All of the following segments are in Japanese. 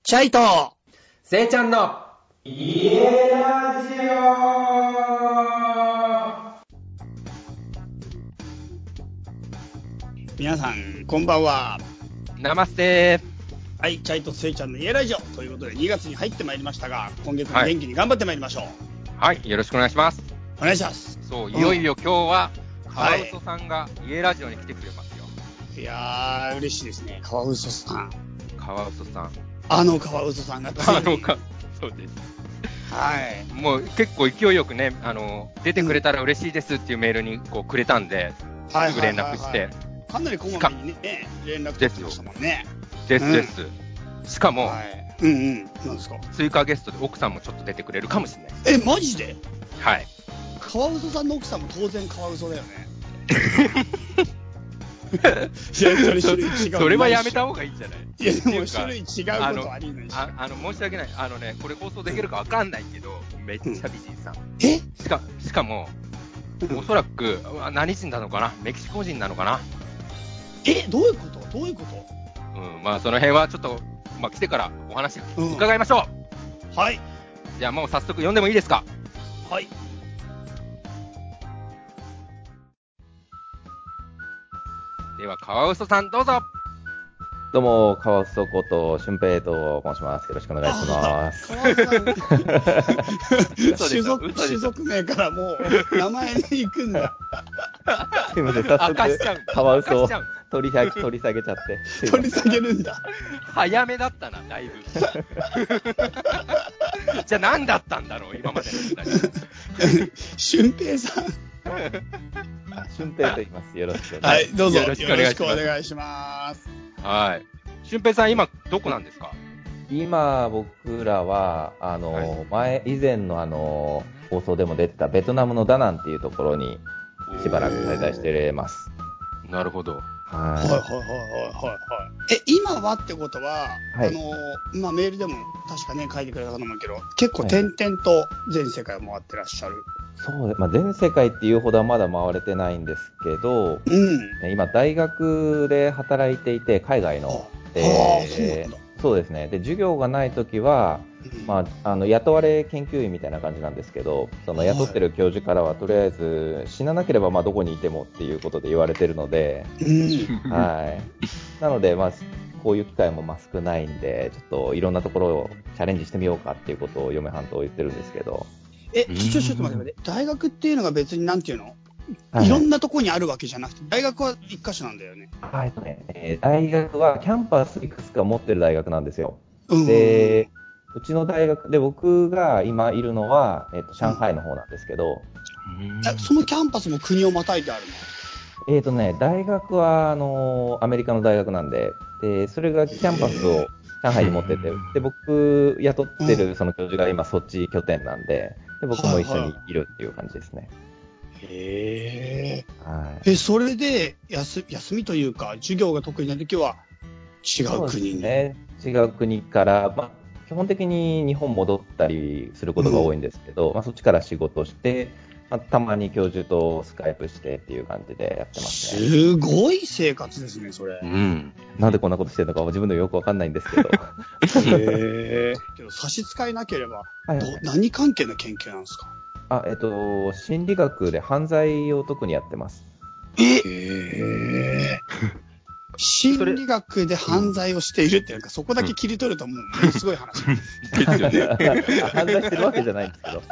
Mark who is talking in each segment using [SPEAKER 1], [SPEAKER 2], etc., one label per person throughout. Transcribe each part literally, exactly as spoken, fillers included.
[SPEAKER 1] チャイと
[SPEAKER 2] せいちゃんの家ラジオ。
[SPEAKER 1] 皆さんこんばんは。
[SPEAKER 2] ナマステ。
[SPEAKER 1] はい、チャイとせいちゃんの家ラジオということでにがつに入ってまいりましたが、今月も元気に頑張ってまいりましょう。
[SPEAKER 2] はい、はい、よろしくお願いします。
[SPEAKER 1] お願いします。
[SPEAKER 2] そう、いよいよ今日はカワウソさんが家ラジオに来てくれますよ。
[SPEAKER 1] はい、いやー嬉しいですね。カワウソさん。
[SPEAKER 2] カワウソさん。
[SPEAKER 1] あのカワウソさんが。
[SPEAKER 2] あのか、そうです。
[SPEAKER 1] はい。
[SPEAKER 2] もう結構勢いよくね、あの出てくれたら嬉しいですっていうメールにこうくれたんで、うん、すぐ連絡して、はいはいはいはい、
[SPEAKER 1] かなりこまめにね連絡取ってましたもんね。
[SPEAKER 2] ですです。うん、しかも、はい、
[SPEAKER 1] うんうん、なんですか。
[SPEAKER 2] 追加ゲストで奥さんもちょっと出てくれるかもしれないです。
[SPEAKER 1] え、マジで？
[SPEAKER 2] はい。
[SPEAKER 1] カワウソさんの奥さんも当然カワウソだよね。いや、それ種類違う。
[SPEAKER 2] それはやめた方がいいんじゃない？
[SPEAKER 1] いや、でも種類違うことありないし。
[SPEAKER 2] あの、あの申し訳ない。あのね、これ放送できるかわかんないけど、めっちゃ美人さん。
[SPEAKER 1] え？
[SPEAKER 2] しか、しかも、おそらく、何人なのかな？メキシコ人なのかな？
[SPEAKER 1] え、どういうことどういうこと？
[SPEAKER 2] うん、まあその辺はちょっと、まあ来てからお話伺いましょう。
[SPEAKER 1] うん、はい。
[SPEAKER 2] じゃあもう早速呼んでもいいですか？
[SPEAKER 1] はい。
[SPEAKER 2] では、カワウソさんどうぞ。
[SPEAKER 3] どうも、カワウソこと俊平と申します。よろしくお願いします。
[SPEAKER 1] カワウソさん種族、種族名からもう名前に行くんだ。
[SPEAKER 3] すいません、早速カワウソを取り上げ、取り下げちゃって。
[SPEAKER 1] 取り下げるんだ。
[SPEAKER 2] 早めだったな、だいぶ。じゃあ何だったんだろう、今までのふたり。
[SPEAKER 1] 俊平さん。
[SPEAKER 3] 俊平と言います。よろしくお願いします。
[SPEAKER 1] はい、どうぞよろしくお願いします。
[SPEAKER 2] はい。俊平さん、今どこなんですか？
[SPEAKER 3] 今、僕らは、あの、はい、前、以前のあの、放送でも出てたベトナムのダナンっていうところにしばらく滞在してます。
[SPEAKER 2] なるほど。
[SPEAKER 1] はい。はいはいはいはいはい。え、今はってことは、はい、あの、まあ、メールでも確かね、書いてくれた方もいるけど、結構点々と全世界を回ってらっしゃる。はい、
[SPEAKER 3] そう、まあ、全世界っていうほどはまだ回れてないんですけど、うん、今大学で働いていて、海外の。で、そうですね。で、授業がないときは、うん、まあ、あの、雇われ研究員みたいな感じなんですけど、その雇ってる教授からは、とりあえず死ななければ、まあ、どこにいてもっていうことで言われてるので、うん、はい。なので、まあ、こういう機会もまあ少ないんで、ちょっといろんなところをチャレンジしてみようかっていうことを嫁はんと言ってるんですけど。
[SPEAKER 1] え、ちょ、ちょっと待って待って。大学っていうのが別になんていうの、はい、いろんなところにあるわけじゃなくて、大学は一箇所なんだよね。
[SPEAKER 3] はい、えー、大学はキャンパスいくつか持ってる大学なんですよ。うん、で、うちの大学で僕が今いるのは、えーと、上海の方なんですけど、
[SPEAKER 1] うん、そのキャンパスも国をまたいであるの？
[SPEAKER 3] えーとね、大学はあのー、アメリカの大学なんで、で、それがキャンパスを上海に持ってて、で、僕雇ってるその教授が今そっち拠点なんで、で、僕も一緒にいるっていう感じですね。
[SPEAKER 1] へー、はい、え、それで休、休みというか、授業が得意な時は違う国に。
[SPEAKER 3] ね、違う国から、まあ、基本的に日本戻ったりすることが多いんですけど、うん、まあ、そっちから仕事して、まあ、たまに教授とスカイプしてっていう感じでやってますね。
[SPEAKER 1] すごい生活ですね、それ。
[SPEAKER 3] うん。なんでこんなことしてるのか自分でもよくわかんないんですけど。
[SPEAKER 1] へー。けど差し支えなければ、はいはい、ど何関係の研究なんですか？
[SPEAKER 3] あ、えっと、心理学で犯罪を特にやってます。
[SPEAKER 1] えへー。心理学で犯罪をしているってなんかそこだけ切り取るともうものすごい話ですよ
[SPEAKER 3] ね。犯罪してるわけじゃないんですけど。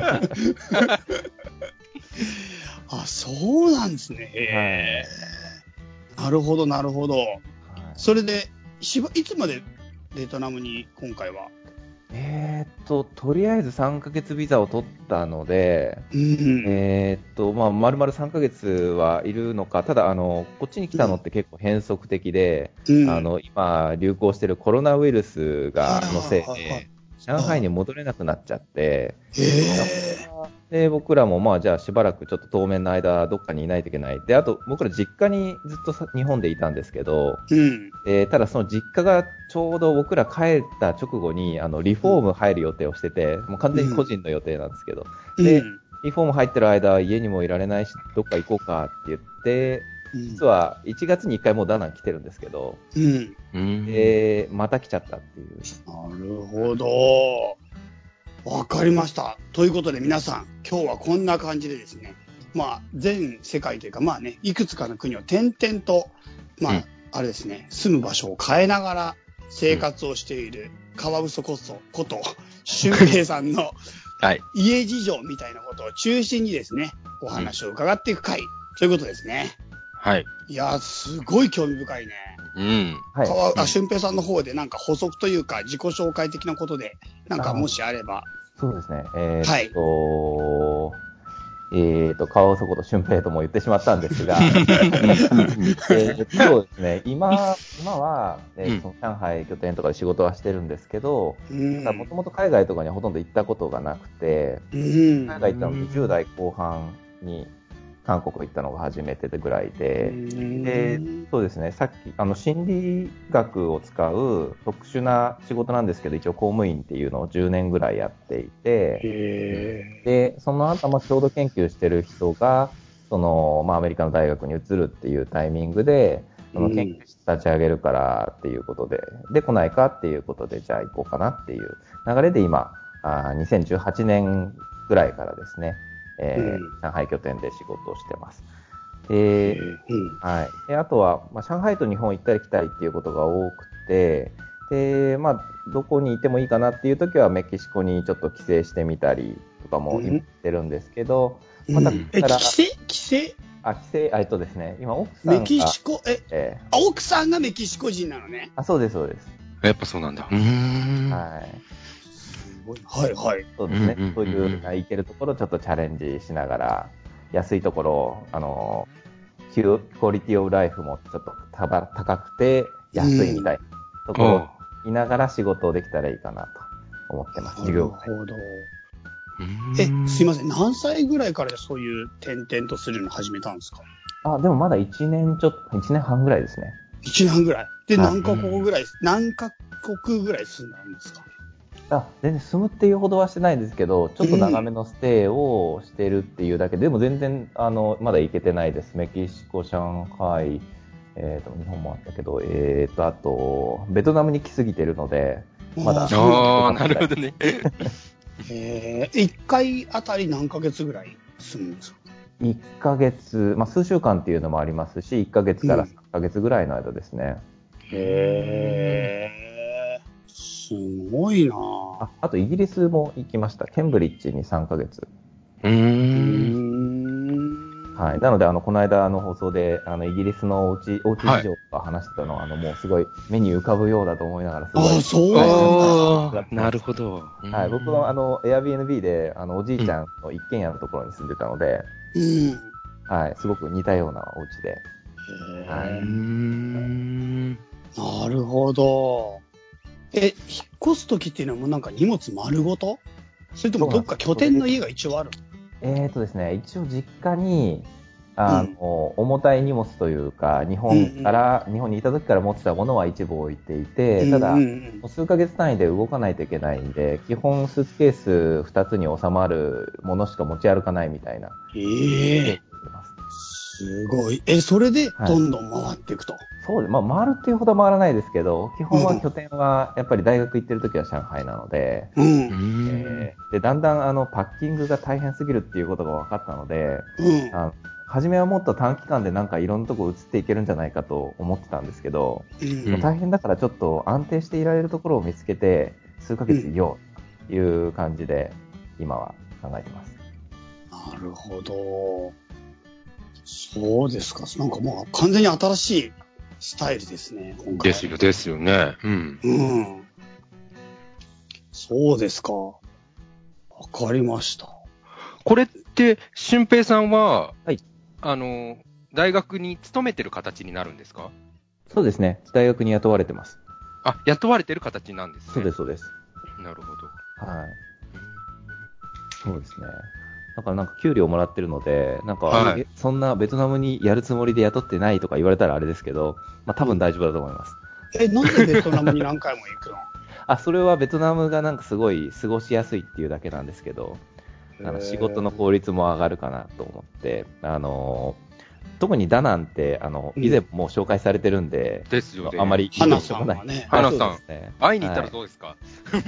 [SPEAKER 1] あ、そうなんですね。へー、はい、なるほどなるほど。はい、それでしばいつまでベトナムに今回は？
[SPEAKER 3] えーっと、とりあえずさんかげつビザを取ったので、うん、えーっと、まあ、丸々さんかげつはいるのか、ただ、あの、こっちに来たのって結構変則的で、うん、あの、今、流行しているコロナウイルスが、のせいで、上海に戻れなくなっちゃって、で、僕らも、まあ、じゃあしばらくちょっと当面の間、どっかにいないといけない。で、あと、僕ら実家にずっと日本でいたんですけど、うん、えー、ただその実家がちょうど僕ら帰った直後に、あの、リフォーム入る予定をしてて、もう完全に個人の予定なんですけど、うん、で、リフォーム入ってる間、家にもいられないし、どっか行こうかって言って、 実はいちがつにいっかいもうダナン来てるんですけど、うん、でまた来ちゃったっていう。
[SPEAKER 1] なるほど。わかりました。ということで皆さん、今日はこんな感じでですね、まあ全世界というかまあね、いくつかの国を転々と、まあ、うん、あれですね、住む場所を変えながら生活をしているカワウソこそこと、俊平さんの家事情みたいなことを中心にですね、お話を伺っていく回ということですね。
[SPEAKER 2] はい。
[SPEAKER 1] いや、すごい興味深いね。
[SPEAKER 2] うん。
[SPEAKER 1] かわ、あ、俊平さんの方でなんか補足というか自己紹介的なことで、なんかもしあれば。
[SPEAKER 3] そうですね。えー、っと、はい、えー、っと、カワウソこと俊平とも言ってしまったんですが、えー、そうですね。今、今は、えー、その上海拠点とかで仕事はしてるんですけど、もともと海外とかにはほとんど行ったことがなくて、うん、海外行ったのってじゅう代後半に韓国行ったのが初めてでぐらいで、で、そうですね、さっき、あの、心理学を使う特殊な仕事なんですけど、一応公務員っていうのをじゅうねんぐらいやっていて、で、その後、まあ、共同研究してる人が、その、まあ、アメリカの大学に移るっていうタイミングで、その研究室立ち上げるからっていうことで、で、来ないかっていうことで、じゃあ行こうかなっていう流れで今、あにせんじゅうはちねんぐらいからですね、えーうん、上海拠点で仕事をしてます。で、うんはい、であとは、まあ、上海と日本行ったり来たりっていうことが多くて、で、まあ、どこにいてもいいかなっていう時はメキシコにちょっと帰省してみたりとかも今してるんですけど、
[SPEAKER 1] うん、またえ帰省帰省
[SPEAKER 3] あ、帰省、えっとですね、今奥さんが
[SPEAKER 1] メキシコえ、えー、あ奥さんがメキシコ人なのね。
[SPEAKER 3] あ、そうですそうです。
[SPEAKER 2] やっぱそうなんだ。うーん。
[SPEAKER 3] はい。
[SPEAKER 1] はいはい。
[SPEAKER 3] そうですね。うんうんうんうん、そういう行けるところをちょっとチャレンジしながら、安いところを、あの、クオリティオブライフもちょっと高くて安いみたいなところをいながら仕事をできたらいいかなと思ってます。
[SPEAKER 1] なるほど。え、すいません。何歳ぐらいからそういう転々とするの始めたんですか？
[SPEAKER 3] あ、でもまだいちねんちょっと、いちねんはんぐらいですね。
[SPEAKER 1] いちねんはんぐらい。で、何カ国ぐらい、何カ国ぐらい住んだんですか？
[SPEAKER 3] あ、全然住むっていうほどはしてないですけど、ちょっと長めのステイをしてるっていうだけで、うん、でも全然、あの、まだ行けてないです。メキシコ、上海、えっと、日本もあったけど、えっと、あと、ベトナムに来すぎてるので、まだ。
[SPEAKER 2] ああ、なるほどね。
[SPEAKER 1] えー、いっかいあたり何ヶ月ぐらい住むんですか？
[SPEAKER 3] いっかげつ、まあ、数週間っていうのもありますし、いっかげつからさんかげつぐらいの間ですね。
[SPEAKER 1] うん、へー、すごいな
[SPEAKER 3] あ。あと、イギリスも行きました。ケンブリッジにさんかげつ。
[SPEAKER 2] うーん。
[SPEAKER 3] はい。なので、あの、この間の放送で、あの、イギリスのおうち、おうち事情とか話してたのは、はい、あの、もうすごい目に浮かぶようだと思いながら、すごい。
[SPEAKER 1] あ、そうなん
[SPEAKER 2] だ。なるほど。
[SPEAKER 3] はい。僕は、あの、Airbnb で、あの、おじいちゃんの一軒家のところに住んでたので、うん。はい。すごく似たようなお家で。
[SPEAKER 1] はい。うーん。なるほど。え、引っ越すときっていうのはもうなんか荷物丸ごと？それともどっか拠点の家が一応あるの？
[SPEAKER 3] えーとですね、一応実家に、あの、うん、重たい荷物というか、日本から、うんうん、日本にいた時から持ってたものは一部置いていて、ただ、うんうんうん、数ヶ月単位で動かないといけないんで、基本スーツケースふたつに収まるものしか持ち歩かないみたいな。
[SPEAKER 1] ええー、すごい。え、それでどんどん回っていくと。はい、
[SPEAKER 3] そうで、まあ、回るっていうほど回らないですけど、基本は拠点は、やっぱり大学行ってる時は上海なので、うんえー、でだんだんあのパッキングが大変すぎるっていうことが分かったので、うん、あの初めはもっと短期間でなんかいろんなとこ移っていけるんじゃないかと思ってたんですけど、うん、大変だからちょっと安定していられるところを見つけて、数ヶ月いようという感じで、今は考えてます。
[SPEAKER 1] なるほど。そうですか。なんかもう完全に新しいスタイルですね、今回。
[SPEAKER 2] ですよ、ですよね。うん。
[SPEAKER 1] うん。そうですか。わかりました。
[SPEAKER 2] これって、俊平さんは、はい、あの、大学に勤めてる形になるんですか？
[SPEAKER 3] そうですね。大学に雇われてます。
[SPEAKER 2] あ、雇われてる形なんですね。
[SPEAKER 3] そうです、そうです。
[SPEAKER 2] なるほど。
[SPEAKER 3] はい。そうですね。だからなんか給料もらってるので、なんか、はい、えそんなベトナムにやるつもりで雇ってないとか言われたらあれですけど、まあ多分大丈夫だと思います。
[SPEAKER 1] うん、え、なんでベトナムに何回も行くの？
[SPEAKER 3] あ、それはベトナムがなんかすごい過ごしやすいっていうだけなんですけど、あの仕事の効率も上がるかなと思って、あの特にダナンって、あの、以前もう紹介されてるんで、
[SPEAKER 2] うん、ですよね。
[SPEAKER 3] あんまり
[SPEAKER 1] 花さんはね。
[SPEAKER 2] 花さん、ね、会いに行ったらどうですか、はい、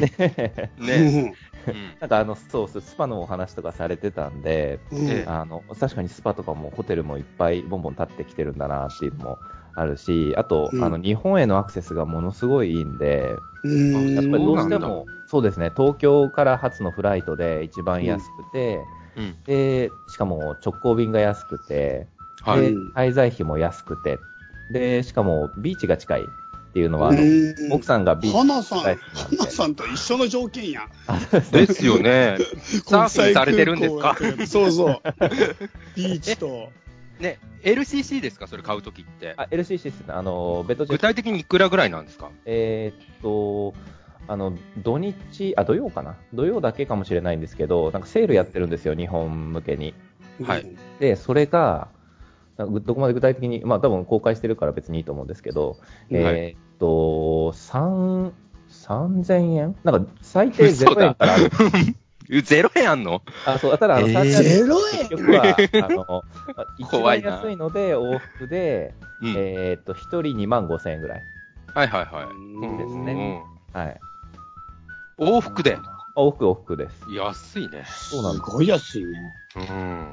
[SPEAKER 2] ね
[SPEAKER 3] ねうん、なんかあの、そうそう、スパのお話とかされてたんで、うん、あの、確かにスパとかもホテルもいっぱいボンボン立ってきてるんだなっていうのもあるし、あと、うん、あの、日本へのアクセスがものすごいいいんで、うん、やっぱりどうしても、そうですね、東京から発のフライトで一番安くて、うん、で、しかも直行便が安くて、はい、で、滞在費も安くて、で、しかもビーチが近いっていうのは、あの、奥さんがビーチ
[SPEAKER 1] 花さん、花さんと一緒の条件やん。
[SPEAKER 2] ですよね。サーフィンされてるんですか？
[SPEAKER 1] そうそう。ビーチと。
[SPEAKER 2] ね、エルシーシー ですか、それ買うときって。
[SPEAKER 3] あ、エルシーシー ですね。あの、ベッド
[SPEAKER 2] 具体的にいくらぐらいなんですか？
[SPEAKER 3] えー、っと、あの、土日、あ、土曜かな土曜だけかもしれないんですけど、なんかセールやってるんですよ、日本向けに。
[SPEAKER 2] はい。
[SPEAKER 3] で、それが、どこまで具体的に、まあ多分公開してるから別にいいと思うんですけど、はい、えー、っと、三、三千円なんか最低ゼロえんからある。
[SPEAKER 2] ゼロえんあんの？
[SPEAKER 3] あ、そう、ただ、あの、
[SPEAKER 1] えー、ゼロえん
[SPEAKER 3] 結局は、あの、一番安いので往復で、うん、えー、っと、一人にまんごせんえんぐらい。
[SPEAKER 2] はいはいはい。
[SPEAKER 3] ですね。はい。
[SPEAKER 2] 往復で？
[SPEAKER 3] 往復往復です。
[SPEAKER 2] 安いね。
[SPEAKER 1] そうなんです。すごい安いね。
[SPEAKER 2] うん。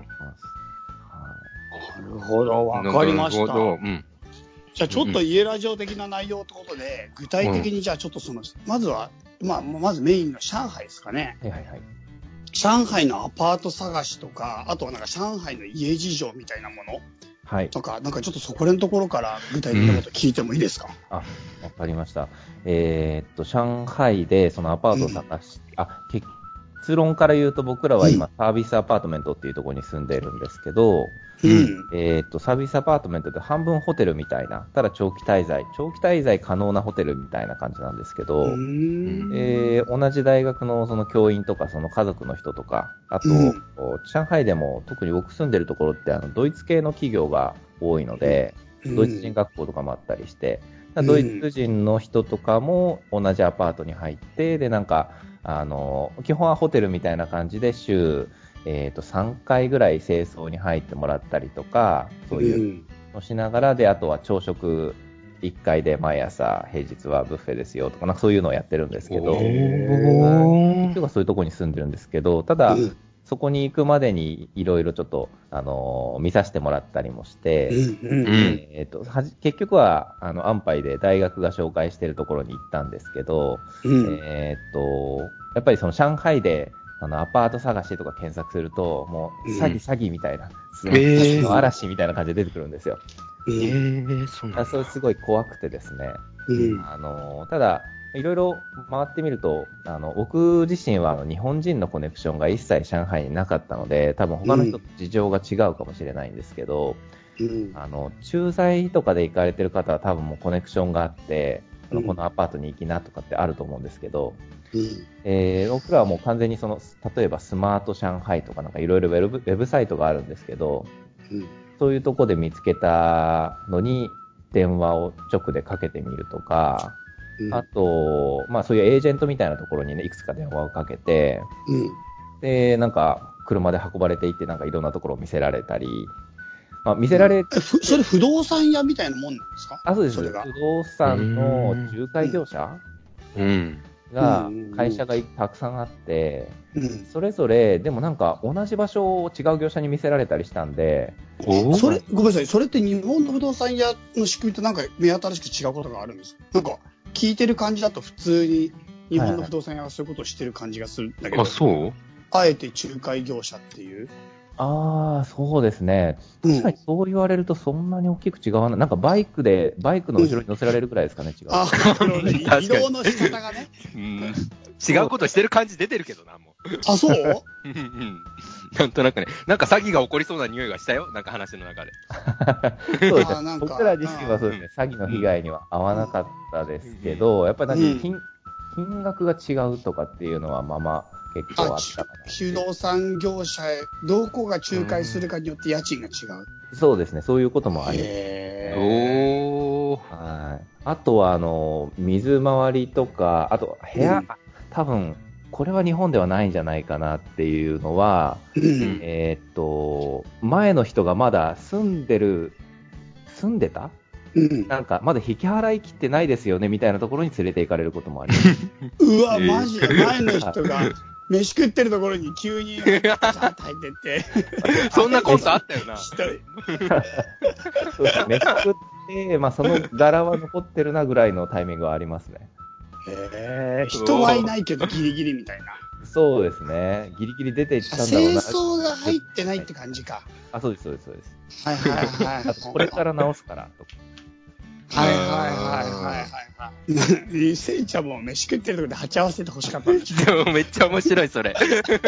[SPEAKER 1] なるほど、わかりました。うん、じゃあちょっと家ラジオ的な内容ってことで、具体的にじゃあちょっとその、まずは、まあ、まずメインの上海ですかね。
[SPEAKER 3] はいはいはい。
[SPEAKER 1] 上海のアパート探しとか、あとはなんか上海の家事情みたいなもの。はい。とか、なんかちょっとそこらのところから具体的なこと聞いてもいいですか？
[SPEAKER 3] うん、あ、わかりました。えー、っと、上海でそのアパートを探し、うん、あ、結結論から言うと僕らは今、うん、サービスアパートメントっていうところに住んでいるんですけど、うん、えー、っと、サービスアパートメントって半分ホテルみたいな、ただ長期滞在、長期滞在可能なホテルみたいな感じなんですけど、えー、同じ大学のその教員とかその家族の人とか、あと、うん、上海でも特に僕住んでるところってあのドイツ系の企業が多いので、うん、ドイツ人学校とかもあったりして、ドイツ人の人とかも同じアパートに入って、で、なんか、あの、基本はホテルみたいな感じで週、えっと、さんかいぐらい清掃に入ってもらったりとか、そういうのしながら、で、あとは朝食いっかいで毎朝、平日はブッフェですよとか、なんかそういうのをやってるんですけど、結局はそういうところに住んでるんですけど、ただ、そこに行くまでにいろいろちょっと、あのー、見させてもらったりもして、うんうん、えー、と結局はあの安牌で大学が紹介しているところに行ったんですけど、うん、えー、とやっぱりその上海であのアパート探しとか検索すると、もう詐欺詐欺みたいな、うん、詐欺の嵐みたいな感じで出てくるんですよ。
[SPEAKER 2] えー、そうなんだ。
[SPEAKER 3] それすごい怖くてですね、うん、あのただいろいろ回ってみると、あの僕自身はあの日本人のコネクションが一切上海になかったので、多分他の人と事情が違うかもしれないんですけど、うん、あの駐在とかで行かれてる方は多分もうコネクションがあって、うん、このアパートに行きなとかってあると思うんですけど、うん、えー、僕らはもう完全にその例えばスマート上海とかなんかいろいろウェブサイトがあるんですけど、うん、そういうとこで見つけたのに電話を直でかけてみるとか、うん、あと、まあそういうエージェントみたいなところにね、いくつか電話をかけて、うん、で、なんか車で運ばれていって、なんかいろんなところを見せられたり、まあ見せられ、うん、
[SPEAKER 1] それ不動産屋みたいなもんなんですか？
[SPEAKER 3] あ、そうです。それが不動産の仲介業者、うん、が、会社がたくさんあって、うん、それぞれ、でもなんか同じ場所を違う業者に見せられたりしたんで、
[SPEAKER 1] それ、ごめんなさい、それって日本の不動産屋の仕組みとなんか目新しく違うことがあるんですか？なんか聞いてる感じだと普通に日本の不動産屋がそういうことをしてる感じがするんだけど、
[SPEAKER 2] あ、そう？
[SPEAKER 1] あえて仲介業者っていう。
[SPEAKER 3] ああ、そうですね。確かにそう言われるとそんなに大きく違わない。なんかバイクで、バイクの後ろに乗せられるくらいですかね、うん、違う。
[SPEAKER 1] あ、なるほどね。移動の仕方がね。
[SPEAKER 2] うん、違うことしてる感じ出てるけどな、もう。
[SPEAKER 1] あ、そう
[SPEAKER 2] うん、なんとなくね。なんか詐欺が起こりそうな匂いがしたよ、なんか話の中で。
[SPEAKER 3] そうですね。僕ら自身はそうですね、詐欺の被害には遭わなかったですけど、うん、やっぱりなんか金、金額が違うとかっていうのはまあまあ、結構あったかな。
[SPEAKER 1] 不動産業者へどこが仲介するかによって家賃が違う。
[SPEAKER 3] うん、そうですね。そういうこともあります、
[SPEAKER 1] ね。
[SPEAKER 2] おー。
[SPEAKER 3] はい。あとはあの水回りとか、あと部屋、うん、多分これは日本ではないんじゃないかなっていうのは、
[SPEAKER 1] うん、
[SPEAKER 3] えーっと、前の人がまだ住んでる、住んでた
[SPEAKER 1] うん。
[SPEAKER 3] なんか、まだ引き払い切ってないですよね、みたいなところに連れて行かれることもあります。
[SPEAKER 1] うわ、マジで、前の
[SPEAKER 3] は
[SPEAKER 1] 人が、飯食ってるところに急に、ガチャって入ってって、
[SPEAKER 2] そんなコントあったよな。
[SPEAKER 1] 一人。
[SPEAKER 3] そうですね。飯食って、まあ、その柄は残ってるなぐらいのタイミングはありますね。
[SPEAKER 1] へえ、人はいないけどギリギリみたいな。
[SPEAKER 3] そうですね。ギリギリ出ていっ
[SPEAKER 1] あ、
[SPEAKER 3] たんだろうな。
[SPEAKER 1] 清掃が入ってないって感じか。
[SPEAKER 3] あ、そうです、そうです、そうです。
[SPEAKER 1] はいはいはいはい。
[SPEAKER 3] あと、これから直すからとか。
[SPEAKER 1] はいはいはいはいはい。せいちゃんも飯食ってるところで鉢合わせて欲しかったんでしょ。
[SPEAKER 2] でもめっちゃ面白い、それ。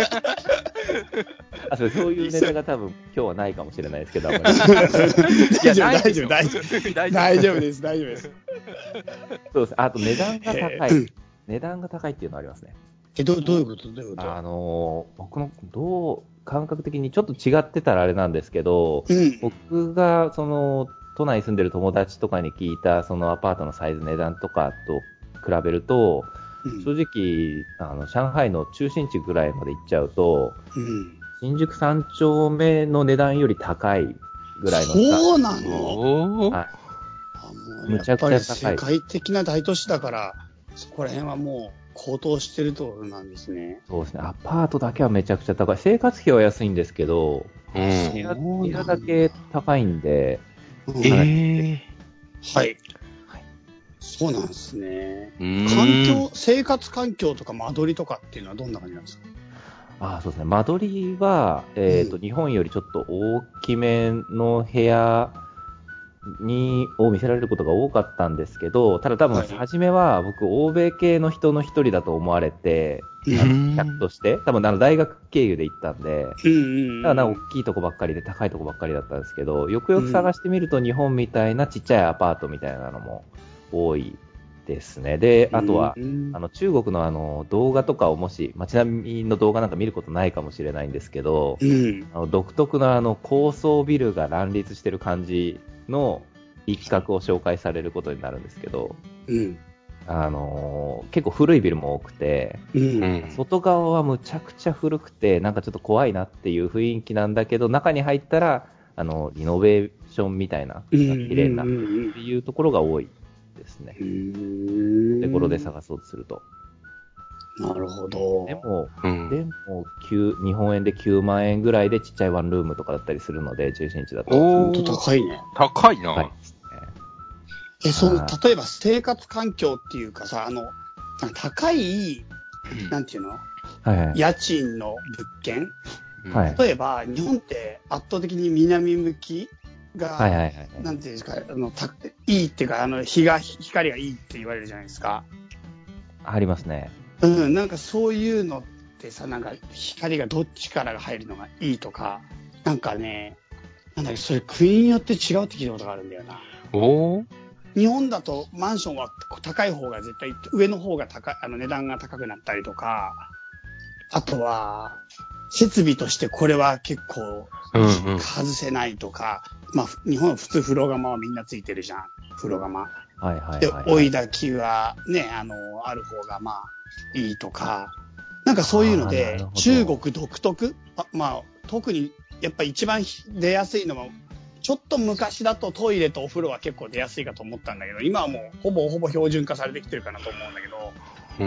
[SPEAKER 3] あ、そう、そういうネタが多分今日はないかもしれないですけど、あんまり。
[SPEAKER 1] 大丈夫大丈夫大丈夫
[SPEAKER 2] 大
[SPEAKER 1] 大丈夫です大丈夫です。
[SPEAKER 3] そうです。あと値段が高い。値段が高いっていうのありますね。
[SPEAKER 1] え、どどういうことどういうこと？
[SPEAKER 3] あのー、僕のどう感覚的にちょっと違ってたらあれなんですけど、
[SPEAKER 1] うん、
[SPEAKER 3] 僕がその都内に住んでる友達とかに聞いたそのアパートのサイズ値段とかと比べると、
[SPEAKER 1] うん、
[SPEAKER 3] 正直あの上海の中心地ぐらいまで行っちゃうと、
[SPEAKER 1] うん。
[SPEAKER 3] 新宿三丁目の値段より高いぐらいの
[SPEAKER 1] そうなの？
[SPEAKER 2] おー。
[SPEAKER 3] はい、
[SPEAKER 1] あ、もう
[SPEAKER 3] むちゃく
[SPEAKER 1] やっぱり
[SPEAKER 3] ちゃ高い。
[SPEAKER 1] 世界的な大都市だから、そこら辺はもう高騰してるってことなんですね。
[SPEAKER 3] そうですね。アパートだけはめちゃくちゃ高い。生活費は安いんですけど、
[SPEAKER 2] うん。
[SPEAKER 3] 部屋
[SPEAKER 1] そうなんだ。
[SPEAKER 3] 部屋だけ高いんで、
[SPEAKER 1] うん、
[SPEAKER 3] かなり
[SPEAKER 2] え
[SPEAKER 1] はい。
[SPEAKER 3] はい、
[SPEAKER 1] そうなんですね。
[SPEAKER 2] ー。
[SPEAKER 1] 環境、生活環境とか間取りとかっていうのはどんな感じなんですか？
[SPEAKER 3] ああ、そうですね。間取りは、えっと、
[SPEAKER 1] うん。
[SPEAKER 3] 日本よりちょっと大きめの部屋に、を見せられることが多かったんですけど、ただ多分、
[SPEAKER 1] はい。
[SPEAKER 3] 初めは僕、欧米系の人の一人だと思われて、
[SPEAKER 1] うん。
[SPEAKER 3] あの、
[SPEAKER 2] うん。
[SPEAKER 3] 客として、多分、あの、大学経由で行ったんで、
[SPEAKER 1] うんう
[SPEAKER 3] だからな、大
[SPEAKER 1] ん
[SPEAKER 3] きいとこばっかりで、高いとこばっかりだったんですけど、よくよく
[SPEAKER 1] うん。
[SPEAKER 3] 探してみると、日本みたいなちっちゃいアパートみたいなのも多いですね。で、
[SPEAKER 1] うん。
[SPEAKER 3] あとは、
[SPEAKER 1] うん。
[SPEAKER 3] あの、中国のあの、動画とかをもし、街並みの動画なんか見ることないかもしれないんですけど、
[SPEAKER 1] うん。
[SPEAKER 3] あの独特なあの、高層ビルが乱立してる感じの一角を紹介されることになるんですけど、
[SPEAKER 1] うん。
[SPEAKER 3] あのー結構古いビルも多くて、
[SPEAKER 1] う。
[SPEAKER 2] うんん。
[SPEAKER 3] 外側はむちゃくちゃ古くて、なんかちょっと怖いなっていう雰囲気なんだけど、中に入ったら、あの、リノベーションみたいな、
[SPEAKER 1] うん。
[SPEAKER 3] 綺麗なっ
[SPEAKER 1] うん。
[SPEAKER 3] ていうところが多いですね。
[SPEAKER 1] う
[SPEAKER 3] お手頃で
[SPEAKER 1] ん。
[SPEAKER 3] 探そうとすると。
[SPEAKER 1] なるほど。
[SPEAKER 3] でも、
[SPEAKER 2] うん。
[SPEAKER 3] でも、きゅう日本円できゅうまん円ぐらいでちっちゃいワンルームとかだったりするので、中心地だと。
[SPEAKER 1] ほんと
[SPEAKER 2] おー。
[SPEAKER 1] 高いね。
[SPEAKER 2] 高いな。
[SPEAKER 3] 高いですね。
[SPEAKER 1] え、その、
[SPEAKER 3] あ
[SPEAKER 1] 例えば生活環境っていうかさ、あの、高い、なんていうの、
[SPEAKER 3] はいはい。
[SPEAKER 1] 家賃の物件、
[SPEAKER 2] うん。
[SPEAKER 3] はい
[SPEAKER 1] 例えば、日本って圧倒的に南向きが、
[SPEAKER 3] はいはいはいはい。
[SPEAKER 1] なんていうんですか、あの、たいいっていうか、あの、日が、光がいいって言われるじゃないですか。
[SPEAKER 3] ありますね。
[SPEAKER 1] うん、なんかそういうのってさ、なんか光がどっちからが入るのがいいとか、なんかね、なんだっけ、それ国によって違うって聞いたことがあるんだよな。
[SPEAKER 2] おー。
[SPEAKER 1] 日本だとマンションは高い方が絶対、上の方が高い、あの値段が高くなったりとか、あとは、設備としてこれは結構
[SPEAKER 2] うんうん。
[SPEAKER 1] 外せないとか、まあ日本は普通風呂釜はみんなついてるじゃん。風呂釜。
[SPEAKER 3] はいはい
[SPEAKER 1] で、
[SPEAKER 3] はい、はい。
[SPEAKER 1] 追い焚きはね、あの、ある方がまあいいとか、なんかそういうの
[SPEAKER 3] ああ、なる
[SPEAKER 1] で、
[SPEAKER 3] ほど。
[SPEAKER 1] 中国独特、あまあ特にやっぱ一番出やすいのは、ちょっと昔だとトイレとお風呂は結構出やすいかと思ったんだけど、今はもうほぼほぼ標準化されてきてるかなと思うんだけど、
[SPEAKER 2] うん。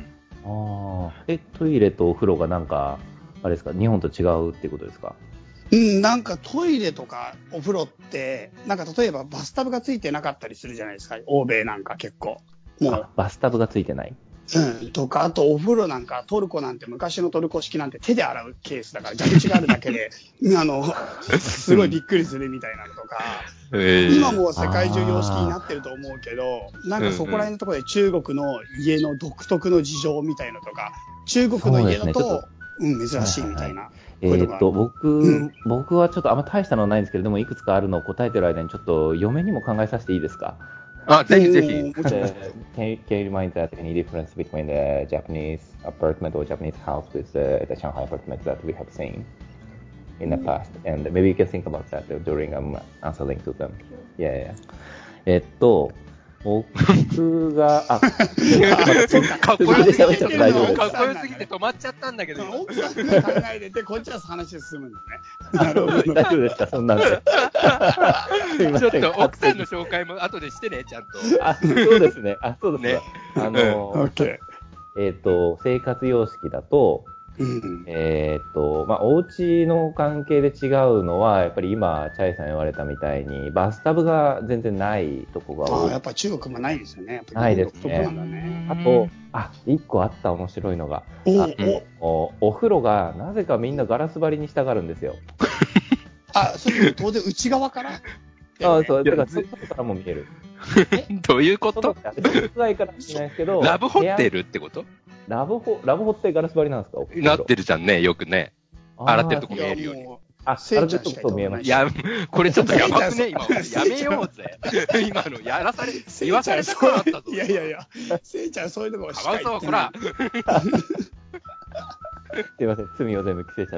[SPEAKER 3] ああ、え、トイレとお風呂がなんか、あれですか、日本と違うっていうことですか？
[SPEAKER 1] うん、なんかトイレとかお風呂って、なんか例えばバスタブがついてなかったりするじゃないですか。欧米なんか結構。も
[SPEAKER 3] あ、バスタブがついてない。
[SPEAKER 1] う、うん、とか、あとお風呂なんかトルコなんて昔のトルコ式なんて手で洗うケースだから蛇口があるだけで、あの、すごいびっくりするみたいなのとか、
[SPEAKER 2] ええ。
[SPEAKER 1] 今もう世界中様式にな
[SPEAKER 3] あ
[SPEAKER 1] ってると思うけど、なん
[SPEAKER 2] うんうん。
[SPEAKER 1] かそこら辺のところで中国の家の独特の事情みたいのとか、中
[SPEAKER 3] あ、
[SPEAKER 1] 国の
[SPEAKER 3] そうですね。ちょっと、
[SPEAKER 1] 家だと、うん、珍
[SPEAKER 3] はいはいはい。
[SPEAKER 1] しいみたいな、こういうとこがある。
[SPEAKER 3] えーっと、僕、
[SPEAKER 1] うん。
[SPEAKER 3] 僕はちょっとあんま大したのはないんですけれども、いくつかあるのを答えてる間に、ちょっと嫁にも考えさせていいですか？
[SPEAKER 2] あ、
[SPEAKER 1] お
[SPEAKER 2] ぜひぜひ。
[SPEAKER 1] ー、もちろん。
[SPEAKER 3] The, can, you- can you remind that any difference between the Japanese apartment or Japanese house with the, the Shanghai apartment that we have seen in the past? And maybe you can think about that during um, answering to them. Yeah, yeah. えっと、 僕が、あ、
[SPEAKER 2] かっこよすぎて、
[SPEAKER 3] 大丈夫です。
[SPEAKER 2] かっこよすぎて止まっちゃったんだけど。
[SPEAKER 1] 奥さんが考えてて、こっちは話進むんだね。なるほど。
[SPEAKER 3] 大丈夫ですか、そんなんで。
[SPEAKER 2] ちょっと奥さんの紹介も後でしてね、ちゃんと。
[SPEAKER 3] あ、そうですね。あ、そうですね。あの、
[SPEAKER 1] OK。
[SPEAKER 3] えっと、生活様式だと、うん、えっと、まあ、お家の関係で違うのは、やっぱり今、チャイさん言われたみたいに、バスタブが全然ないとこが多い。
[SPEAKER 1] ああ、やっぱ中国もないですよね。やっぱ
[SPEAKER 3] ないですね。
[SPEAKER 1] なんだね。
[SPEAKER 3] あと、あ、一個あった面白いのが、おおお風呂がなぜかみんなガラス張りにしたがるんですよ。
[SPEAKER 1] あ、それ当然内側から
[SPEAKER 3] あ、そう、だから外からも見える。
[SPEAKER 2] どういうこと？
[SPEAKER 3] 外から見えないですけど、
[SPEAKER 2] ラブホテルってこと？
[SPEAKER 3] ラブホ、ラブホってガラス張りなんですか？
[SPEAKER 2] なってるじゃんね、よくね。洗ってるとこ見えるように。
[SPEAKER 3] あ、洗ってるとこ見えました。
[SPEAKER 2] いや、これちょっとやばくね、今。やめようぜ。今の、やらされ、言わされたくなったぞ。
[SPEAKER 1] いやいやいや、せいちゃんそういうところしか言ってない。
[SPEAKER 3] カワウソ、ほら。すいません、罪を全部着せちゃって。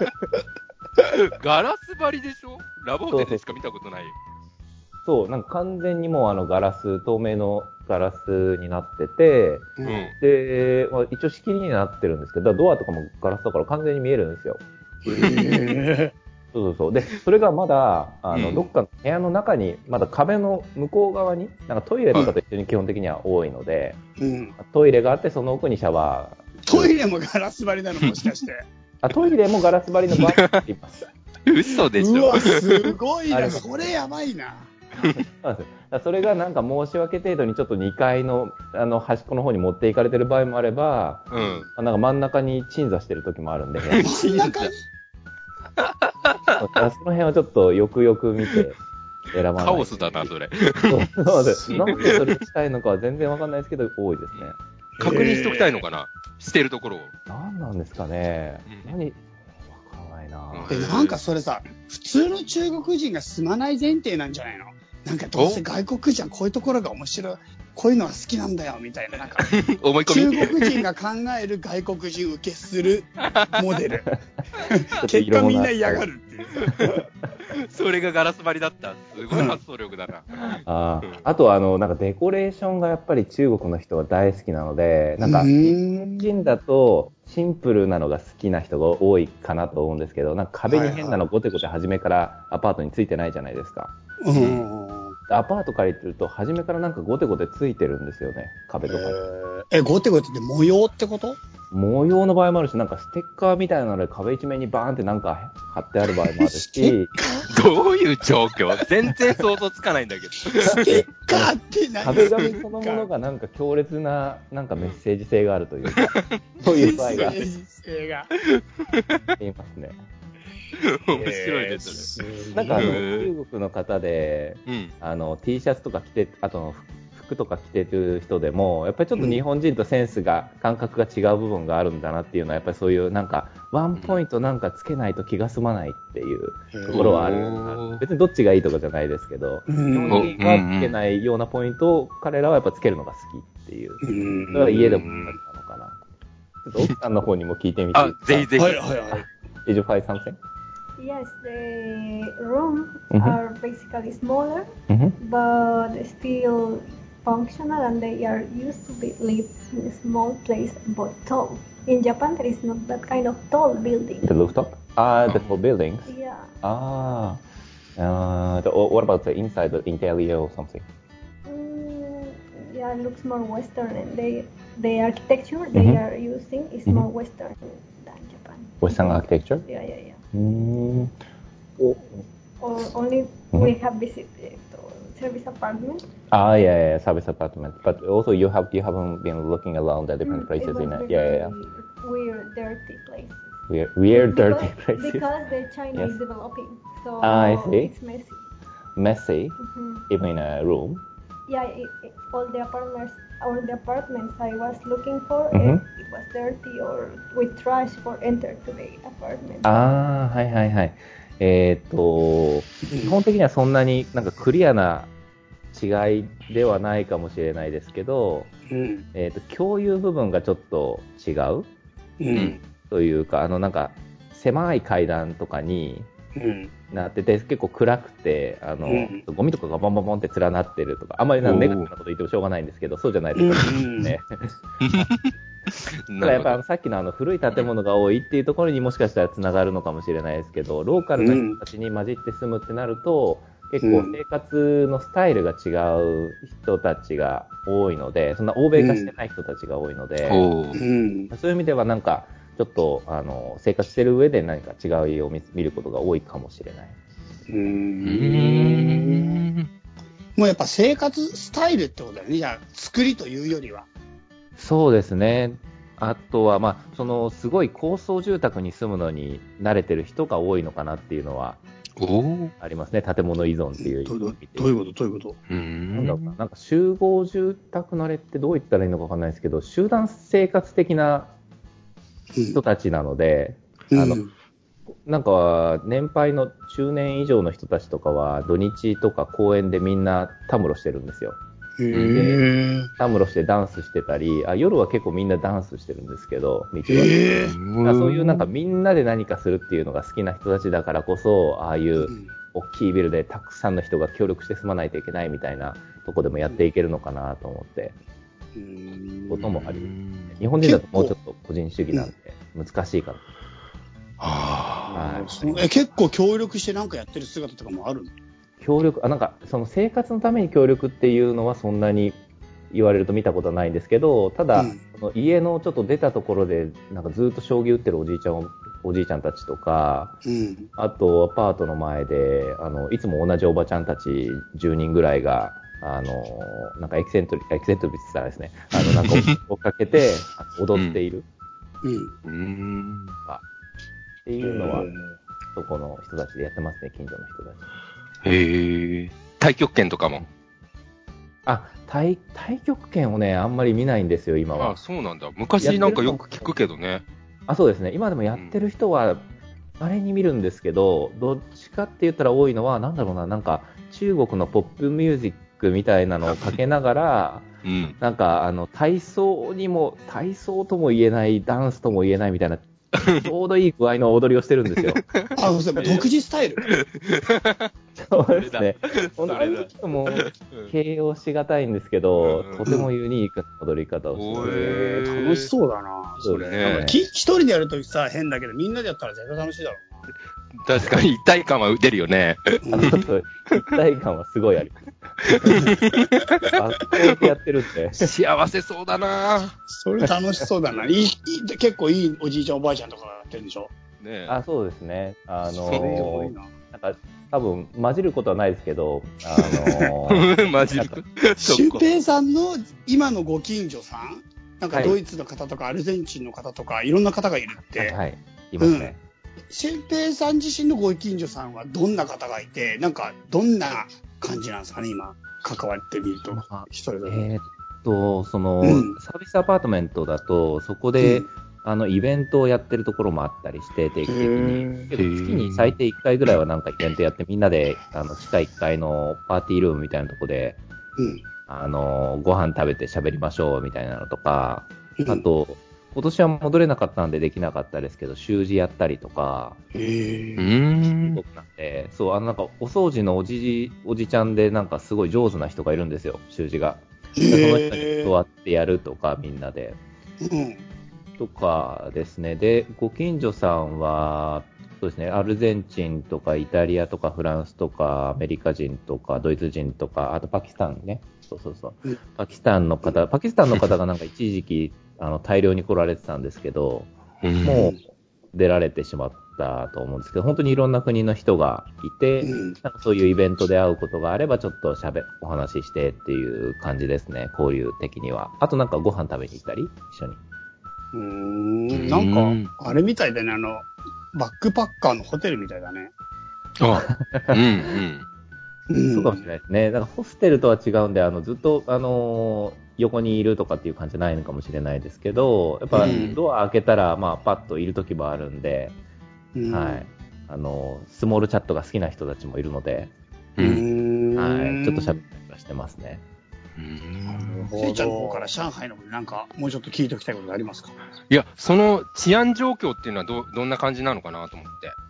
[SPEAKER 2] ガラス張りでしょ？ラブホテルでしか見たことないよ。
[SPEAKER 3] そう、なんか完全にもうあのガラス、透明のガラスになってて、うん、で、まあ、一応仕切りになってるんですけど、ドアとかもガラスだから完全に見えるんですよ。へそうそうそう。で、それがまだ、あの、うん、どっかの部屋の中に、まだ壁の向こう側に、なんかトイレとかと一緒に基本的には多いので、うん、トイレがあって、その奥にシャワ
[SPEAKER 1] ー。トイレもガラス張りなのもしかして。
[SPEAKER 3] あ、トイレもガラス張りの場合があります。
[SPEAKER 2] 嘘でしょ。
[SPEAKER 1] うわ、すごいな。それやばいな。
[SPEAKER 3] そうなんですよ。それがなんか申し訳程度にちょっとにかいのあの端っこの方に持っていかれてる場合もあれば、うん、なんか真ん中に鎮座してる時もあるんで、
[SPEAKER 1] 真ん中に
[SPEAKER 3] その辺はちょっとよくよく見て選ばない。
[SPEAKER 2] カオスだな、それ。
[SPEAKER 3] そうそうです。なんでそれをしたいのかは全然わかんないですけど、多いですね。
[SPEAKER 2] 確認しときたいのかな、してるところを。
[SPEAKER 3] なんなんですかね。うん、何わかんないな。
[SPEAKER 1] え、なんかそれさ、普通の中国人が住まない前提なんじゃないの？なんかどうせ外国人はこういうところが面白い、こういうのは好きなんだよみたいな、なんか
[SPEAKER 2] 思い込み
[SPEAKER 1] 中国人が考える外国人受けするモデル結果みんな嫌がるっていう
[SPEAKER 2] それがガラス張りだった。すごい発想力だな。
[SPEAKER 3] あ, あとはあのなんかデコレーションがやっぱり中国の人は大好きなので、なんか日本人だとシンプルなのが好きな人が多いかなと思うんですけど、なんか壁に変なのゴテゴテ初めからアパートについてないじゃないですか。うん、アパート借りてると初めからなんかゴテゴテついてるんですよね、壁とかに。
[SPEAKER 1] えー、えゴテゴテって模様ってこと？
[SPEAKER 3] 模様の場合もあるし、なんかステッカーみたいなので壁一面にバーンってなんか貼ってある場合もあるし
[SPEAKER 2] どういう状況？全然想像つかないんだけど
[SPEAKER 1] ステッカーって何？
[SPEAKER 3] 壁紙そのものがなんか強烈ななんかメッセージ性があるというかそういう場合がありますね。
[SPEAKER 2] 面白いですね。
[SPEAKER 3] なんかあの中国の方で、うん、あの T シャツとか着て、あと服とか着てる人でもやっぱりちょっと日本人とセンスが、うん、感覚が違う部分があるんだなっていうのはやっぱりそういうなんかワンポイントなんかつけないと気が済まないっていうところはある。別にどっちがいいとかじゃないですけど、日本人はつけないようなポイントを彼らはやっぱつけるのが好きっていう。それは家でも同じなのかな。ちょっと奥さんの方にも聞いてみて。
[SPEAKER 2] あ、ぜひぜひ。はいはい
[SPEAKER 3] はい。Did you find something?
[SPEAKER 4] Yes, the rooms mm-hmm. are basically smaller, mm-hmm. but still functional, and they are used to be live in a small place but tall. In Japan, there is not that kind of tall building.
[SPEAKER 3] The rooftop? Ah, uh, the tall buildings?
[SPEAKER 4] Yeah.
[SPEAKER 3] Ah. Uh, the, what about the inside, the interior or something?
[SPEAKER 4] Mm, yeah, it looks more Western, and they, the architecture mm-hmm. they are using is mm-hmm. more Western than Japan.
[SPEAKER 3] Western mm-hmm. architecture?
[SPEAKER 4] Yeah, yeah, yeah.
[SPEAKER 3] Mm.
[SPEAKER 4] Oh. Or only mm-hmm. we have visited service apartments.
[SPEAKER 3] Ah, yeah, yeah, service apartments. But also you have you haven't been looking around at different mm, places
[SPEAKER 4] it
[SPEAKER 3] in it. Yeah, yeah, yeah.
[SPEAKER 4] Weird, dirty places.
[SPEAKER 3] Weird, weird,
[SPEAKER 4] because,
[SPEAKER 3] dirty places.
[SPEAKER 4] Because the China
[SPEAKER 3] yes.
[SPEAKER 4] is developing, so
[SPEAKER 3] ah, I see.
[SPEAKER 4] It's messy.
[SPEAKER 3] Messy, mm-hmm. even in a room.
[SPEAKER 4] Yeah, it, it, all the apartments, all the apartments I was looking for, mm-hmm. it, it was dirty or with trash for enter to the apartment.
[SPEAKER 3] ああ、はいはいはい。えっと、基本的にはそんなになんかクリアな違いではないかもしれないですけど、うん、えっと、共有部分がちょっと違う、うん、というか、あのなんか狭い階段とかに、 なってて、結構暗くて、あの、うん、ゴミとかがボンボンボンって連なってるとか、あんまりなんかネガティブなこと言ってもしょうがないんですけど、そうじゃないですね。ただやっぱあのさっきのあの古い建物が多いっていうところにもしかしたらつながるのかもしれないですけど、ローカルな人たちに混じって住むってなると、結構生活のスタイルが違う人たちが多いので、そんな欧米化してない人たちが多いので、うん、そういう意味ではなんかちょっとあの生活してる上で何か違う家を 見, 見ることが多いかもしれない。うー
[SPEAKER 1] ん、もうやっぱ生活スタイルってことだよね。じゃあ作りというよりは。
[SPEAKER 3] そうですね。あとは、まあ、そのすごい高層住宅に住むのに慣れてる人が多いのかなっていうのはありますね。建物依存っていう。
[SPEAKER 1] どういうことどういうことどういうことうー
[SPEAKER 3] んなんだろうな。なんか集合住宅慣れってどう言ったらいいのかわかんないですけど、集団生活的な人たちなので、うん、あの、うん、なんか年配の中年以上の人たちとかは土日とか公園でみんなたむろしてるんですよ。でたむろしてダンスしてたり、あ、夜は結構みんなダンスしてるんですけど、道は。そういうなんかみんなで何かするっていうのが好きな人たちだからこそ、ああいう大きいビルでたくさんの人が協力して住まないといけないみたいなとこでもやっていけるのかなと思って、こともあります。日本人だともうちょっと個人主義なんで難しいかな。
[SPEAKER 1] はい、え結構協力してなんかやってる姿とかもあるの？
[SPEAKER 3] 協力、あ、なんか、その生活のために協力っていうのはそんなに言われると見たことはないんですけど、ただ、うん、その家のちょっと出たところで、なんかずっと将棋打ってるおじいちゃん、おじいちゃんたちとか、うん、あと、アパートの前で、あの、いつも同じおばちゃんたちじゅうにんぐらいが、あの、なんかエキセントリ、エキセントリって言ったらですね、あの、なんか追っかけて踊っている。うん。うん。っていうのは、そこの人たちでやってますね、近所の人たち。
[SPEAKER 2] へえ。太極拳とかも。
[SPEAKER 3] あ、太、太極拳をね、あんまり見ないんですよ、今は。
[SPEAKER 2] あ、そうなんだ。昔なんかよく聞くけどね。
[SPEAKER 3] あ、そうですね。今でもやってる人は、あれに見るんですけど、うん、どっちかって言ったら多いのは、なんだろうな、なんか、中国のポップミュージックみたいなのをかけながら、うん、なんか、あの、体操にも、体操とも言えない、ダンスとも言えないみたいな、ちょうどいい具合の踊りをしてるんですよ。
[SPEAKER 1] あ、そう独自スタイル。
[SPEAKER 3] そうですね。それだ。とも形容しがたいんですけど、うん、とてもユニークな踊り方をしてます、
[SPEAKER 1] えー。楽しそうだな。それ。ね、なんか一人でやるとさ、変だけど、みんなでやったら絶対楽しいだろうな。
[SPEAKER 2] 確かに一体感は出るよね。
[SPEAKER 3] 一体感はすごいあります。あそこでやってるって。
[SPEAKER 2] 幸せそうだな。
[SPEAKER 1] それ楽しそうだな。いい、いい結構いいおじいちゃんおばあちゃんとかやってるんでしょ。
[SPEAKER 3] ね、あ、そうですね。あのー、なんか多分混じることはないですけど、あの
[SPEAKER 2] ー、混じる。
[SPEAKER 1] シュウペイさんの今のご近所さん、なんかドイツの方とかアルゼンチンの方とかいろんな方がいるって。
[SPEAKER 3] はい、はい、いますね。うん
[SPEAKER 1] シュウペイさん自身のご近所さんはどんな方がいて、なんかどんな感じなんですかね、今、関わってみると、一人で。
[SPEAKER 3] えー、っと、その、うん、サービスアパートメントだと、そこで、うん、あの、イベントをやってるところもあったりして、定期的に。月に最低いっかいぐらいはなんかイベントやって、みんなで、あの、地下いっかいのパーティールームみたいなところで、うん、あの、ご飯食べて喋りましょうみたいなのとか、あと、今年は戻れなかったんでできなかったですけど、習字やったりとか、へー。うーん。なんで、そう、あのなんかお掃除のおじ、おじちゃんでなんかすごい上手な人がいるんですよ、習字が。でその人に座ってやるとか、みんなで。うん。とかですね。で、ご近所さんは、そうですね、アルゼンチンとかイタリアとかフランスとかアメリカ人とかドイツ人とか、あとパキスタンね。そうそうそう。うん、パキスタンの方、パキスタンの方がなんか一時期あの大量に来られてたんですけど、うん、もう出られてしまったと思うんですけど、本当にいろんな国の人がいて、うん、なんかそういうイベントで会うことがあればちょっと喋お話ししてっていう感じですね、交流的には。あとなんかご飯食べに行ったり一緒に。
[SPEAKER 1] うーん、なんかあれみたいだね、あのバックパッカーのホテルみたいだね。
[SPEAKER 2] あ、うんうん
[SPEAKER 3] うん、そうかもしれないですね。だからホステルとは違うんで、あのずっと、あのー、横にいるとかっていう感じじゃないのかもしれないですけど、やっぱドア開けたら、まあ、パッといるときもあるんで、うん、はい。あのー、スモールチャットが好きな人たちもいるので、うん、はい。ちょっと喋ったりはしてますね。
[SPEAKER 1] うーん。せいちゃんの方から上海のことなんかもうちょっと聞いておきたいことありますか？
[SPEAKER 2] いや、その治安状況っていうのはど、どんな感じなのかなと思って。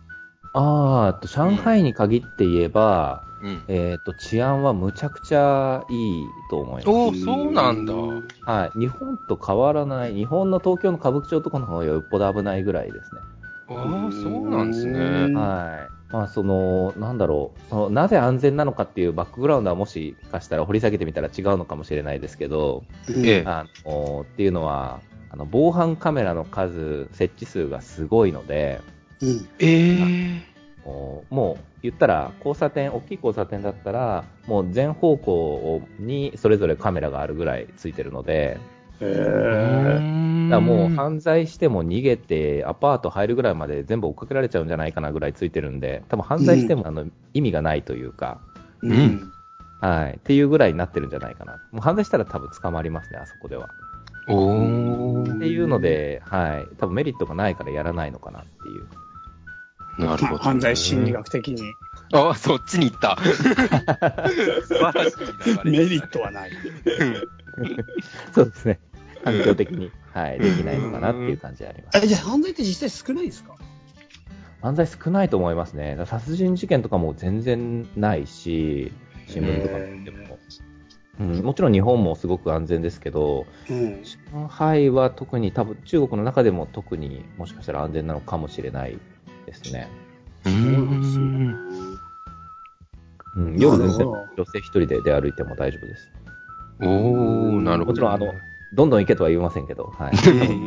[SPEAKER 3] ああ、上海に限って言えば、
[SPEAKER 2] うん、
[SPEAKER 3] えっと、治安はむちゃくちゃいいと思います。
[SPEAKER 2] おー、そうなんだ。
[SPEAKER 3] はい。日本と変わらない、日本の東京の歌舞伎町とかの方がよっぽど危ないぐらいですね。
[SPEAKER 2] ああ、そうなんですね。
[SPEAKER 3] はい。まあ、その、なんだろう、その、なぜ安全なのかっていうバックグラウンドはもしかしたら掘り下げてみたら違うのかもしれないですけど、
[SPEAKER 2] ええ、
[SPEAKER 3] あの、っていうのは、あの、防犯カメラの数、設置数がすごいので、
[SPEAKER 1] うん、
[SPEAKER 2] ええ、
[SPEAKER 3] もう、もう言ったら、交差点、大きい交差点だったら、もう全方向にそれぞれカメラがあるぐらいついてるので、
[SPEAKER 1] へー。
[SPEAKER 3] だからもう犯罪しても逃げてアパート入るぐらいまで全部追っかけられちゃうんじゃないかなぐらいついてるんで、多分犯罪してもあの意味がないというか、
[SPEAKER 1] うん、
[SPEAKER 3] はい、っていうぐらいになってるんじゃないかな。もう犯罪したら多分捕まりますね、あそこでは。
[SPEAKER 2] おー。
[SPEAKER 3] っていうので、はい、多分メリットがないからやらないのかなっていう。
[SPEAKER 2] なるほど、ね。
[SPEAKER 1] 犯罪心理学的に。
[SPEAKER 2] あ、そっちに行った。素晴らしい流れ、ね。
[SPEAKER 1] メリットはない。
[SPEAKER 3] そうですね。環境的に、はい、できないのかなっていう感じあります。
[SPEAKER 1] え、じゃあ犯罪って実際少ないですか？
[SPEAKER 3] 犯罪少ないと思いますね。殺人事件とかも全然ないし、新聞とか見ても。うん、もちろん日本もすごく安全ですけど、うん、上海は特に多分中国の中でも特にもしかしたら安全なのかもしれないですね。
[SPEAKER 1] そうなんですね。
[SPEAKER 3] うん、夜全然女性一人で出歩いても大丈夫です。
[SPEAKER 2] おー、なるほど、ね。
[SPEAKER 3] もちろんあの、どんどん行けとは言いませんけど、はい。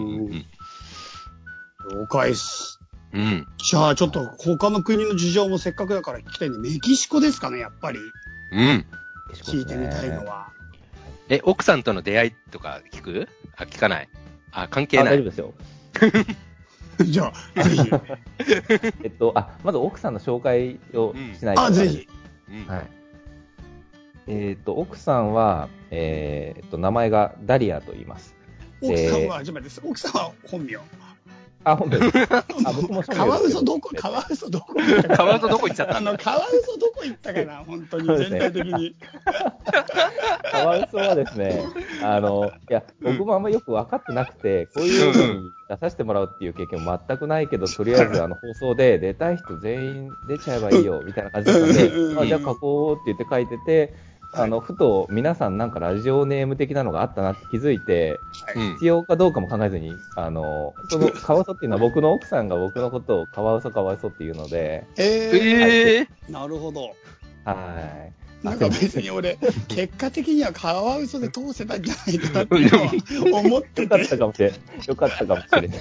[SPEAKER 1] 了解っす。
[SPEAKER 2] うん。
[SPEAKER 1] じゃあちょっと他の国の事情もせっかくだから聞きたいんで、メキシコですかね、やっぱり。
[SPEAKER 2] うん。
[SPEAKER 1] 聞いてみたいのは。
[SPEAKER 2] え、奥さんとの出会いとか聞く？あ、聞かない。あ、関係ない。
[SPEAKER 3] あ、大丈夫ですよ。
[SPEAKER 1] じゃあ、ぜひ。
[SPEAKER 3] えっと、あ、まず奥さんの紹介をしないと、
[SPEAKER 1] うん。あ、ぜひ。
[SPEAKER 3] はい。えっと、奥さんは、えー、っと、名前がダリアと言います。
[SPEAKER 1] 奥さんは、ちょっと待って、奥さんは本名。
[SPEAKER 3] あ、本名です。あ、僕も
[SPEAKER 1] カワウソどこ、カワウソどこ
[SPEAKER 2] カワウソどこ行っちゃった
[SPEAKER 1] あの、カワウソどこ行ったかな、本当に、全体的に。
[SPEAKER 3] カワウソはですね、あの、いや、僕もあんまよく分かってなくて、こういうのに出させてもらうっていう経験も全くないけど、とりあえずあの放送で出たい人全員出ちゃえばいいよ、みたいな感じだったんで、あ、じゃあ書こうって言って書いてて、あの、ふと皆さんなんかラジオネーム的なのがあったなって気づいて、必要かどうかも考えずに、あの、そのカワウソっていうのは僕の奥さんが僕のことをカワウソカワウソっていうので、
[SPEAKER 1] えー、なるほど。
[SPEAKER 3] はい。
[SPEAKER 1] なんか別に俺、結果的にはカワウソで通せたんじゃないかなっていうのは思ってて。
[SPEAKER 3] よかったかもしれない。よかったかもしれない。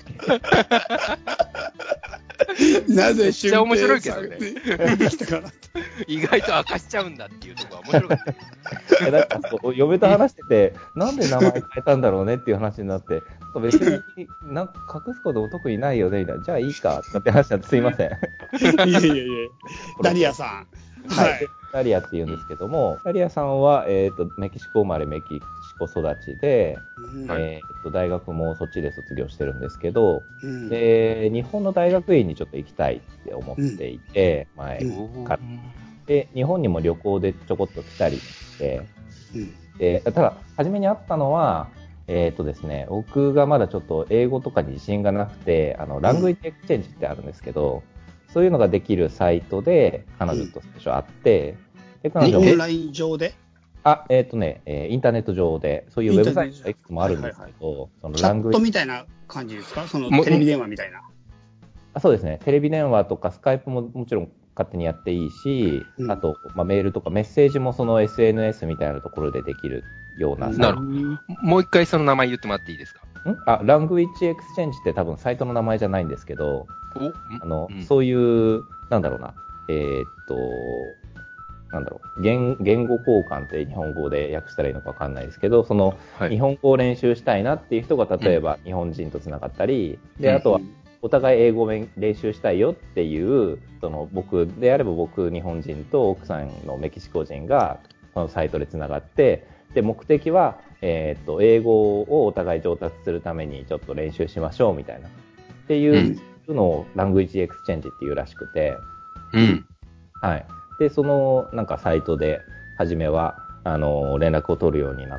[SPEAKER 1] なぜ
[SPEAKER 2] めっちゃ面白いけどね。
[SPEAKER 1] できたかなって。
[SPEAKER 2] 意外と明かしちゃうんだっていうところは面白かった。
[SPEAKER 3] いやなんかそう嫁と話してて、なんで名前変えたんだろうねっていう話になって、別になんか隠すことも特にないよねみたいな、じゃあいいかって話になってすいません。
[SPEAKER 1] いやいやいや、ダリアさん。
[SPEAKER 3] はい。ダリアって言うんですけども、ダリアさんは、えっと、メキシコ生まれ、メキシコ育ちで、うんえっと、大学もそっちで卒業してるんですけど、うん、で、日本の大学院にちょっと行きたいって思っていて、うん、前から。で、日本にも旅行でちょこっと来たりして、うん、で、ただ、初めに会ったのは、えっとですね、僕がまだちょっと英語とかに自信がなくて、あの、ラングイッジエクスチェンジってあるんですけど、そういうのができるサイトで彼女と最初会って、
[SPEAKER 1] で彼女オンライン上で
[SPEAKER 3] あ、えっ、ー、とね、えー、インターネット上で、そういうウェブサイトがいくつもあるんですけど、はいはいはい、その
[SPEAKER 1] チャットみたいな感じですか？そのテレビ電話みたいな。
[SPEAKER 3] あ、そうですね。テレビ電話とかスカイプももちろん勝手にやっていいし、うん、あと、まあ、メールとかメッセージもその エスエヌエス みたいなところでできるような。
[SPEAKER 2] なるほど。もう一回その名前言ってもらっていいですか？
[SPEAKER 3] んあ、ラングイッジエクスチェンジって多分サイトの名前じゃないんですけど、あの、うん、そういう、なんだろうな、えー、っと、なんだろう 言, 言語交換って日本語で訳したらいいのか分かんないですけど、その、はい、日本語を練習したいなっていう人が例えば日本人とつながったり、うん、であとはお互い英語を練習したいよっていうその僕であれば僕日本人と奥さんのメキシコ人がこのサイトでつながって、で目的は、えー、っと英語をお互い上達するためにちょっと練習しましょうみたいなっていうのを、うん、ラングイッジエクスチェンジっていうらしくて、
[SPEAKER 2] うん
[SPEAKER 3] はい。で、その、なんかサイトで、初めは、あの、連絡を取るようになって、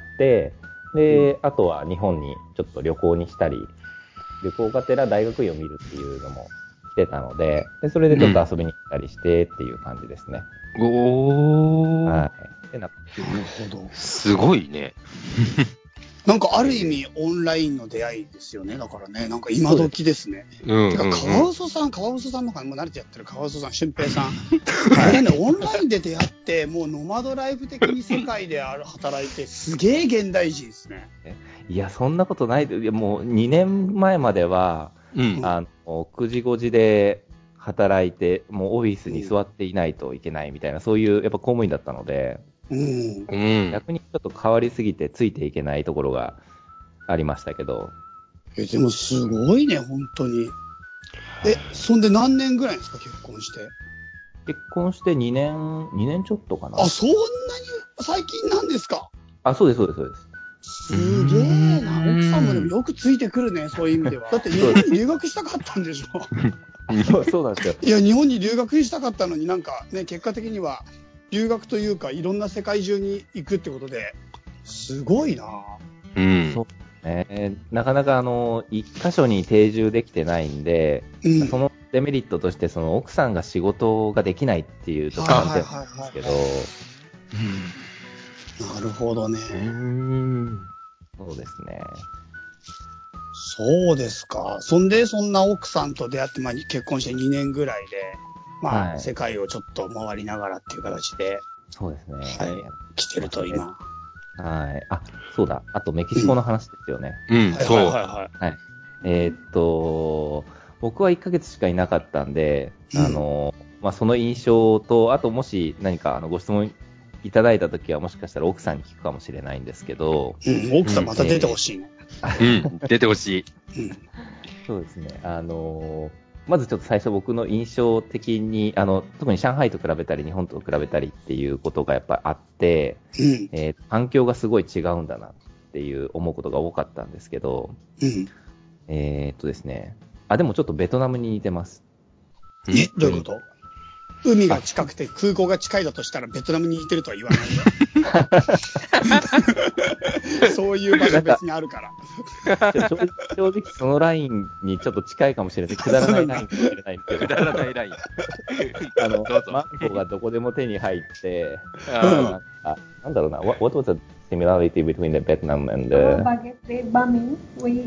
[SPEAKER 3] で、うん、あとは日本にちょっと旅行にしたり、旅行がてら大学院を見るっていうのも来てたので、でそれでちょっと遊びに来たりしてっていう感じですね。
[SPEAKER 2] うん、おー。
[SPEAKER 3] はい。でな
[SPEAKER 1] るほど。
[SPEAKER 2] すごいね。
[SPEAKER 1] なんかある意味オンラインの出会いですよね。だからね、なんか今時ですね。
[SPEAKER 2] うん、うん。
[SPEAKER 1] てか、カワウソさん、カワウソさんの方がもう慣れてやってるカワウソさん、俊平さん。あれね、オンラインで出会って、もうノマドライフ的に世界である働いて、すげえ現代人ですね。
[SPEAKER 3] いや、そんなことないで、いやもうにねんまえまでは、うん、あの、くじごじで働いて、もうオフィスに座っていないといけないみたいな、そういうやっぱ公務員だったので、うん、逆にちょっと変わりすぎてついていけないところがありましたけど。
[SPEAKER 1] え、でもすごいね、本当に。え、そんで何年ぐらいですか、結婚して。
[SPEAKER 3] 結婚してにねん、にねんちょっとかな。
[SPEAKER 1] あ、そんなに最近なんですか。
[SPEAKER 3] あ、そうです、そうです、そうです。
[SPEAKER 1] すげえな。奥さんもでもよくついてくるね、そういう意味では。だって日本に留学したかったんでしょ。
[SPEAKER 3] そうそうなんですよ。
[SPEAKER 1] いや、日本に留学したかったのになんかね、結果的には留学というかいろんな世界中に行くってことで、すごいな。
[SPEAKER 3] うん。そうね。なかなかあの、一箇所に定住できてないんで、うん、そのデメリットとしてその奥さんが仕事ができないっていうところなんですけど、
[SPEAKER 1] なるほどね。うーん。
[SPEAKER 3] そうですね。
[SPEAKER 1] そうですか。そんで、そんな奥さんと出会って、まあ、結婚してにねんぐらいで、まあ、はい、世界をちょっと回りながらっていう形で、
[SPEAKER 3] そうですね。
[SPEAKER 1] はい、来てると今。
[SPEAKER 3] はい。あ、そうだ。あとメキシコの話ですよね。
[SPEAKER 2] うん、うん、そう。
[SPEAKER 1] はいはいはい。
[SPEAKER 3] はい。えー、っと、僕はいっかげつしかいなかったんで、うん、あの、まあ、その印象と、あともし何かあのご質問いただいたときはもしかしたら奥さんに聞くかもしれないんですけど。
[SPEAKER 1] うん、奥さんまた出てほしいね。
[SPEAKER 2] うん、出てほしい。
[SPEAKER 3] うん、そうですね。あの、まずちょっと最初僕の印象的に、あの、特に上海と比べたり日本と比べたりっていうことがやっぱあって、うん、えー、環境がすごい違うんだなっていう思うことが多かったんですけど、うん、えー、っとですね。あ、でもちょっとベトナムに似てます。
[SPEAKER 1] え、どういうこと？海が近くて空港が近いだとしたらベトナムに似てるとは言わないよ。そういう場所別にあるから。
[SPEAKER 3] 正直そのラインにちょっと近いかもしれない。くだらないラインかもしれないんですけど。
[SPEAKER 2] くだらないライン。
[SPEAKER 3] あの、マンゴーがどこでも手に入って、ああなんだろうな。What, what was the similarity between the Vietnam and the...
[SPEAKER 4] Baguette banh mi. We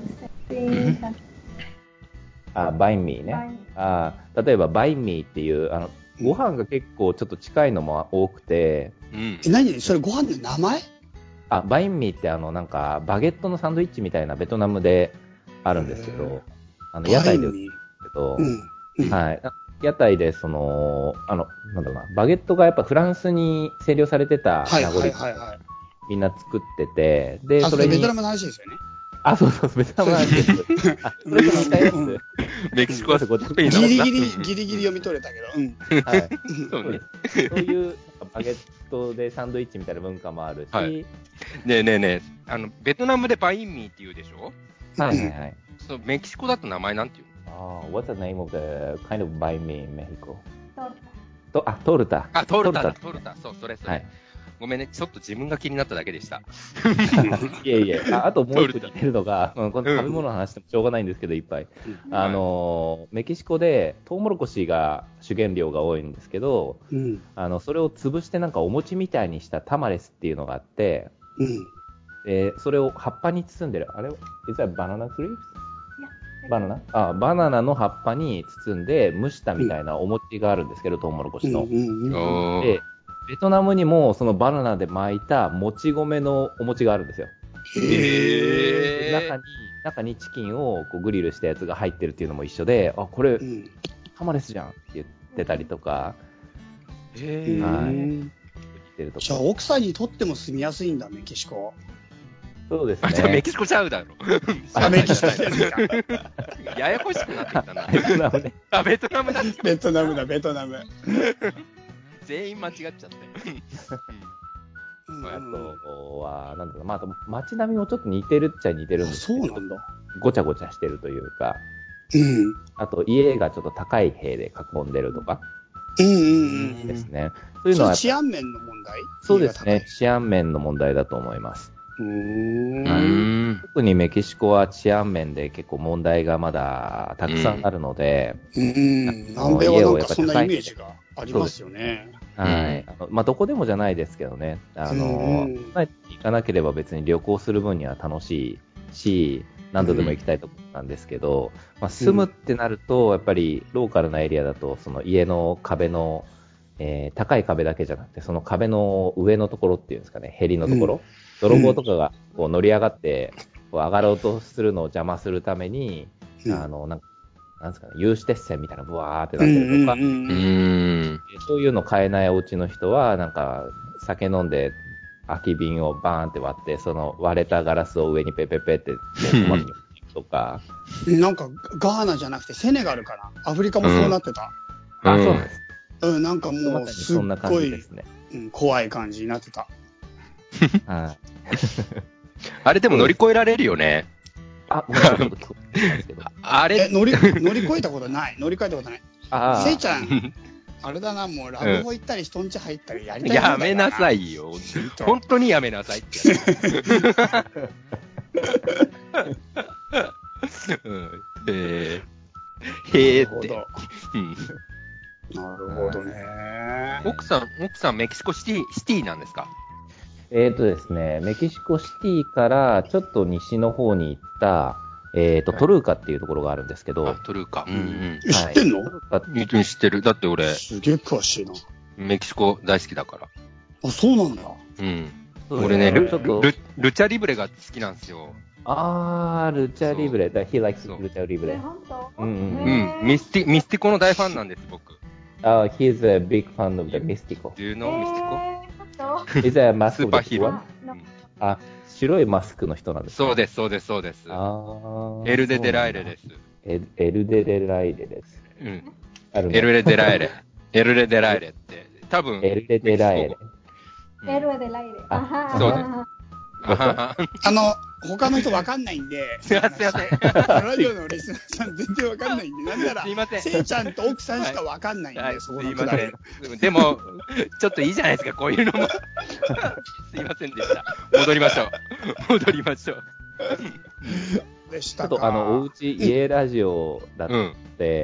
[SPEAKER 4] say that.
[SPEAKER 3] あ、バインミーね。あ、例えばバインミーっていう、あの、ご飯が結構ちょっと近いのも多くて。
[SPEAKER 1] うん、え、何それご飯の名前？
[SPEAKER 3] あ、バインミーってあの、なんか、バゲットのサンドイッチみたいなベトナムであるんですけど、あの、屋台で売ってるんですけど、うんうん、はい。屋台で、その、あの、なんだろうな、バゲットがやっぱフランスに製量されてた名残、はいはいはいはい、みんな作ってて、で、
[SPEAKER 1] それに。ベトナムの話ですよね。
[SPEAKER 3] あ、そうそう、ベトナムの話です。あ、それと似たやつ。
[SPEAKER 2] メキシコはスペイン
[SPEAKER 1] ギリギリ、ギリギリ読み取れたけど、うん。
[SPEAKER 3] はい。そうです。そういうバゲットでサンドイッチみたいな文化もあるし。はい、
[SPEAKER 2] ねえねえねえ、あの、ベトナムでバインミーって言うでしょ？
[SPEAKER 3] はいはいはい。
[SPEAKER 2] そう、メキシコだと名前なんて言う
[SPEAKER 3] の？ああ、what's the name of the kind of banh mi in Mexico? と、あ、トルタ。
[SPEAKER 2] あ、トルタだ、トルタ。そう、それそれ。はい、ごめんね、ちょっと自分が気になっただけでした。
[SPEAKER 3] いえいえ、あ, あともう一個似てるのが、この食べ物の話でもしょうがないんですけど、いっぱい。うん、あの、メキシコでトウモロコシが主原料が多いんですけど、うん、あの、それを潰してなんかお餅みたいにしたタマレスっていうのがあって、うん、でそれを葉っぱに包んでる、あれ、is that banana leaves? バナナあ、バナナの葉っぱに包んで蒸したみたいなお餅があるんですけど、トウモロコシの。うんうんうん、でベトナムにもそのバナナで巻いたもち米のお餅があるんですよ。へー。中に、中にチキンをこうグリルしたやつが入ってるっていうのも一緒で、あ、これ、うん、タマレスじゃんって言ってたりとか。
[SPEAKER 1] へー。じゃあ奥さんにとっても住みやすいんだ、メキシコ。
[SPEAKER 3] そうですね。
[SPEAKER 2] あ、じゃあメキシコちゃうだろ。
[SPEAKER 1] あ、メキシコじゃないか。
[SPEAKER 2] ややこしくなってきたな。
[SPEAKER 3] ベトナムね。
[SPEAKER 2] あ、ベトナムだ。
[SPEAKER 1] ベトナムだ、ベトナム。
[SPEAKER 2] 全員間違っちゃって。
[SPEAKER 3] あとは、なんだろう、まあ、あと街並みもちょっと似てるっちゃ似てるんですけど、
[SPEAKER 1] そうなんだ。
[SPEAKER 3] ごちゃごちゃしてるというか、うん、あと家がちょっと高い塀で囲んでるとか、
[SPEAKER 1] うんうんうん、
[SPEAKER 3] ですね。そういうのは
[SPEAKER 1] 治安面の問題？
[SPEAKER 3] そうですね。治安面の問題だと思います。
[SPEAKER 1] うーん、
[SPEAKER 3] はい、特にメキシコは治安面で結構問題がまだたくさんあるので、
[SPEAKER 1] うん、うん南米はなんかそんなイメージがありますよね。
[SPEAKER 3] はい。あのまあ、どこでもじゃないですけどね。あの、うん、行かなければ別に旅行する分には楽しいし、何度でも行きたいところなんですけど、うんまあ、住むってなると、やっぱりローカルなエリアだと、その家の壁の、えー、高い壁だけじゃなくて、その壁の上のところっていうんですかね、へりのところ、うん、泥棒とかがこう乗り上がって、こう上がろうとするのを邪魔するために、うん、あの、なんか、なんですかね、有刺鉄線みたいなブワーってなってるとか、うんうんうん、そういうの買えないお家の人は、なんか、酒飲んで、空き瓶をバーンって割って、その割れたガラスを上にペペペって小まめに置いていくとか。
[SPEAKER 1] なんか、ガーナじゃなくてセネガルかな。アフリカもそうなってた。
[SPEAKER 3] うん、あ、そうなんです。
[SPEAKER 1] うん、なんかもう、すっごい、ねうん、怖い感じになってた。
[SPEAKER 2] はい。あれでも乗り越えられるよね。
[SPEAKER 3] あ、ごめんなさい、ちょっと聞こえないですけど。
[SPEAKER 1] あれ乗り、乗り越えたことない。乗り越えたことない。ああ。せいちゃん、あれだな、もうラブホ行ったり人ん家入ったりやりたい、
[SPEAKER 2] うん。やめなさいよ。本当にやめなさいって。うん、えー、へーって。
[SPEAKER 1] なるほどね。
[SPEAKER 2] 奥さん、奥さんメキシコシティ、シティなんですか？
[SPEAKER 3] えーとですね、メキシコシティからちょっと西の方に行った、えーと、トルーカっていうところがあるんですけど。
[SPEAKER 2] あ、トルーカ。うんうん。
[SPEAKER 1] 知ってんの？
[SPEAKER 2] はい、知ってる。だって俺。
[SPEAKER 1] すげえ詳しいな。
[SPEAKER 2] メキシコ大好きだから。
[SPEAKER 1] あ、そうなんだ。
[SPEAKER 2] うん。俺ね、ル、ル、ルチャリブレが好きなんですよ。
[SPEAKER 3] あー、ルチャリブレ。だ He likes ルチャリブレ。
[SPEAKER 2] うんうん。うん。ミスティ、ミスティコの大ファンなんです、僕。
[SPEAKER 3] あ、uh, he's a big fan of the Mystico.
[SPEAKER 2] Do you know Mystico?
[SPEAKER 3] Is a mask
[SPEAKER 2] スーパーヒーロー。
[SPEAKER 3] あ、白いマスクの人なんですか？
[SPEAKER 2] そうです、そうです、そうです。あエルデ・デライレです。
[SPEAKER 3] エルデ・デライレです。
[SPEAKER 2] うん。エルデ・デライレ。エルデ・デライレって、多分。
[SPEAKER 3] エルデ・デライレ。
[SPEAKER 4] エルデ・デライレ。
[SPEAKER 2] あ、そうです。
[SPEAKER 1] あの、他の人わかんないんで。
[SPEAKER 2] すいません。
[SPEAKER 1] ラジオのリスナーさん全然わかんないんで。なんなら、
[SPEAKER 2] すいません。
[SPEAKER 1] せいちゃんと奥さんしかわかんないんで、はい、そこのくだり。
[SPEAKER 2] でも、ちょっといいじゃないですか、こういうのも。すいませんでした。戻りましょう。戻りましょう。
[SPEAKER 1] でしたか。
[SPEAKER 3] ちょっとあの、おうち、家ラジオだって、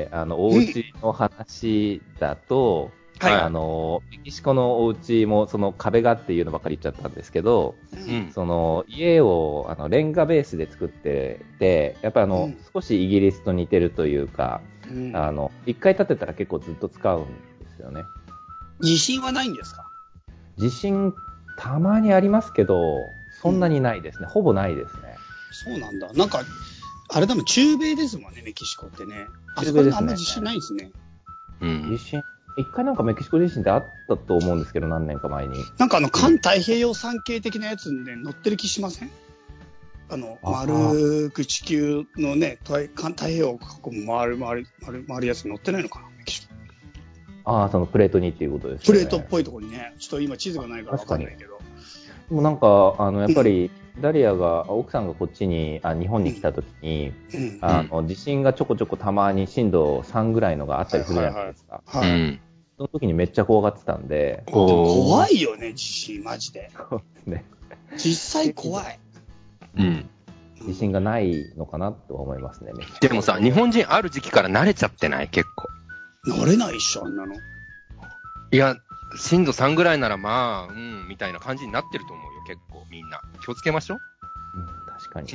[SPEAKER 3] うん、あの、おうちの話だと、はい、あの、メキシコのお家もその壁画っていうのばっかり言っちゃったんですけど、うん、その家をあのレンガベースで作ってて、やっぱりあの、うん、少しイギリスと似てるというか、うん、あの、一回建てたら結構ずっと使うんですよね。
[SPEAKER 1] 地震はないんですか？
[SPEAKER 3] 地震、たまにありますけど、そんなにないですね。うん、ほぼないですね。
[SPEAKER 1] そうなんだ。なんか、あれでも中米ですもんね、メキシコってね。あそこにあんま地震ないですね。
[SPEAKER 3] うん。地震一回なんかメキシコ地震ってあったと思うんですけど、何年か前に。
[SPEAKER 1] なんかあの、環太平洋山系的なやつで乗ってる気しません？あの、丸く地球のね、環太平洋を囲む回る回る回る回るやつ乗ってないのかな、メキシコ。
[SPEAKER 3] ああ、そのプレートにっていうことですね。
[SPEAKER 1] プレートっぽいところにね、ちょっと今地図がないから分かんないけど。
[SPEAKER 3] でもなんか、あの、やっぱり、ダリアが、奥さんがこっちに、あ日本に来た時に、うん、あの、地震がちょこちょこたまに震度さんぐらいのがあったりするじゃないですか。はい、はいはい。その時にめっちゃ怖がってたんで。
[SPEAKER 1] 怖いよね、地震、マジで。
[SPEAKER 3] そうですね。
[SPEAKER 1] 実際怖い。
[SPEAKER 2] うん。
[SPEAKER 3] 地震がないのかなと思いますね。
[SPEAKER 2] でもさ、日本人ある時期から慣れちゃってない？結構。
[SPEAKER 1] 慣れないっしょ、あんなの。
[SPEAKER 2] いや、震度さんぐらいならまあ、うん、みたいな感じになってると思うよ、結構、みんな。気をつけましょう。
[SPEAKER 3] うん、確かに。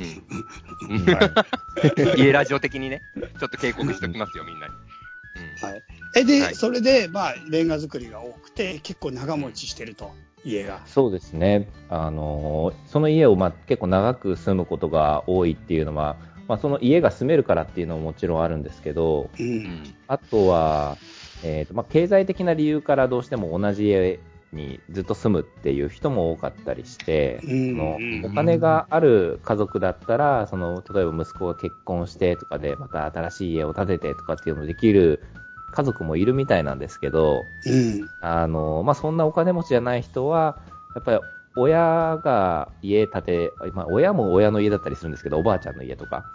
[SPEAKER 2] うん、家ラジオ的にね、ちょっと警告しておきますよ、みんなに。
[SPEAKER 1] うん、はい。え、で、はい、それで、まあ、レンガ作りが多くて、結構長持ちしてると、家が。
[SPEAKER 3] そうですね。あの、その家を、まあ、結構長く住むことが多いっていうのは、まあ、その家が住めるからっていうのももちろんあるんですけど、うん、あとは、えーとまあ、経済的な理由からどうしても同じ家にずっと住むっていう人も多かったりして、うん、そのお金がある家族だったら、その例えば息子が結婚してとかでまた新しい家を建ててとかっていうのもできる家族もいるみたいなんですけど、うん、あのまあ、そんなお金持ちじゃない人はやっぱり親が家建て、まあ、親も親の家だったりするんですけど、おばあちゃんの家とか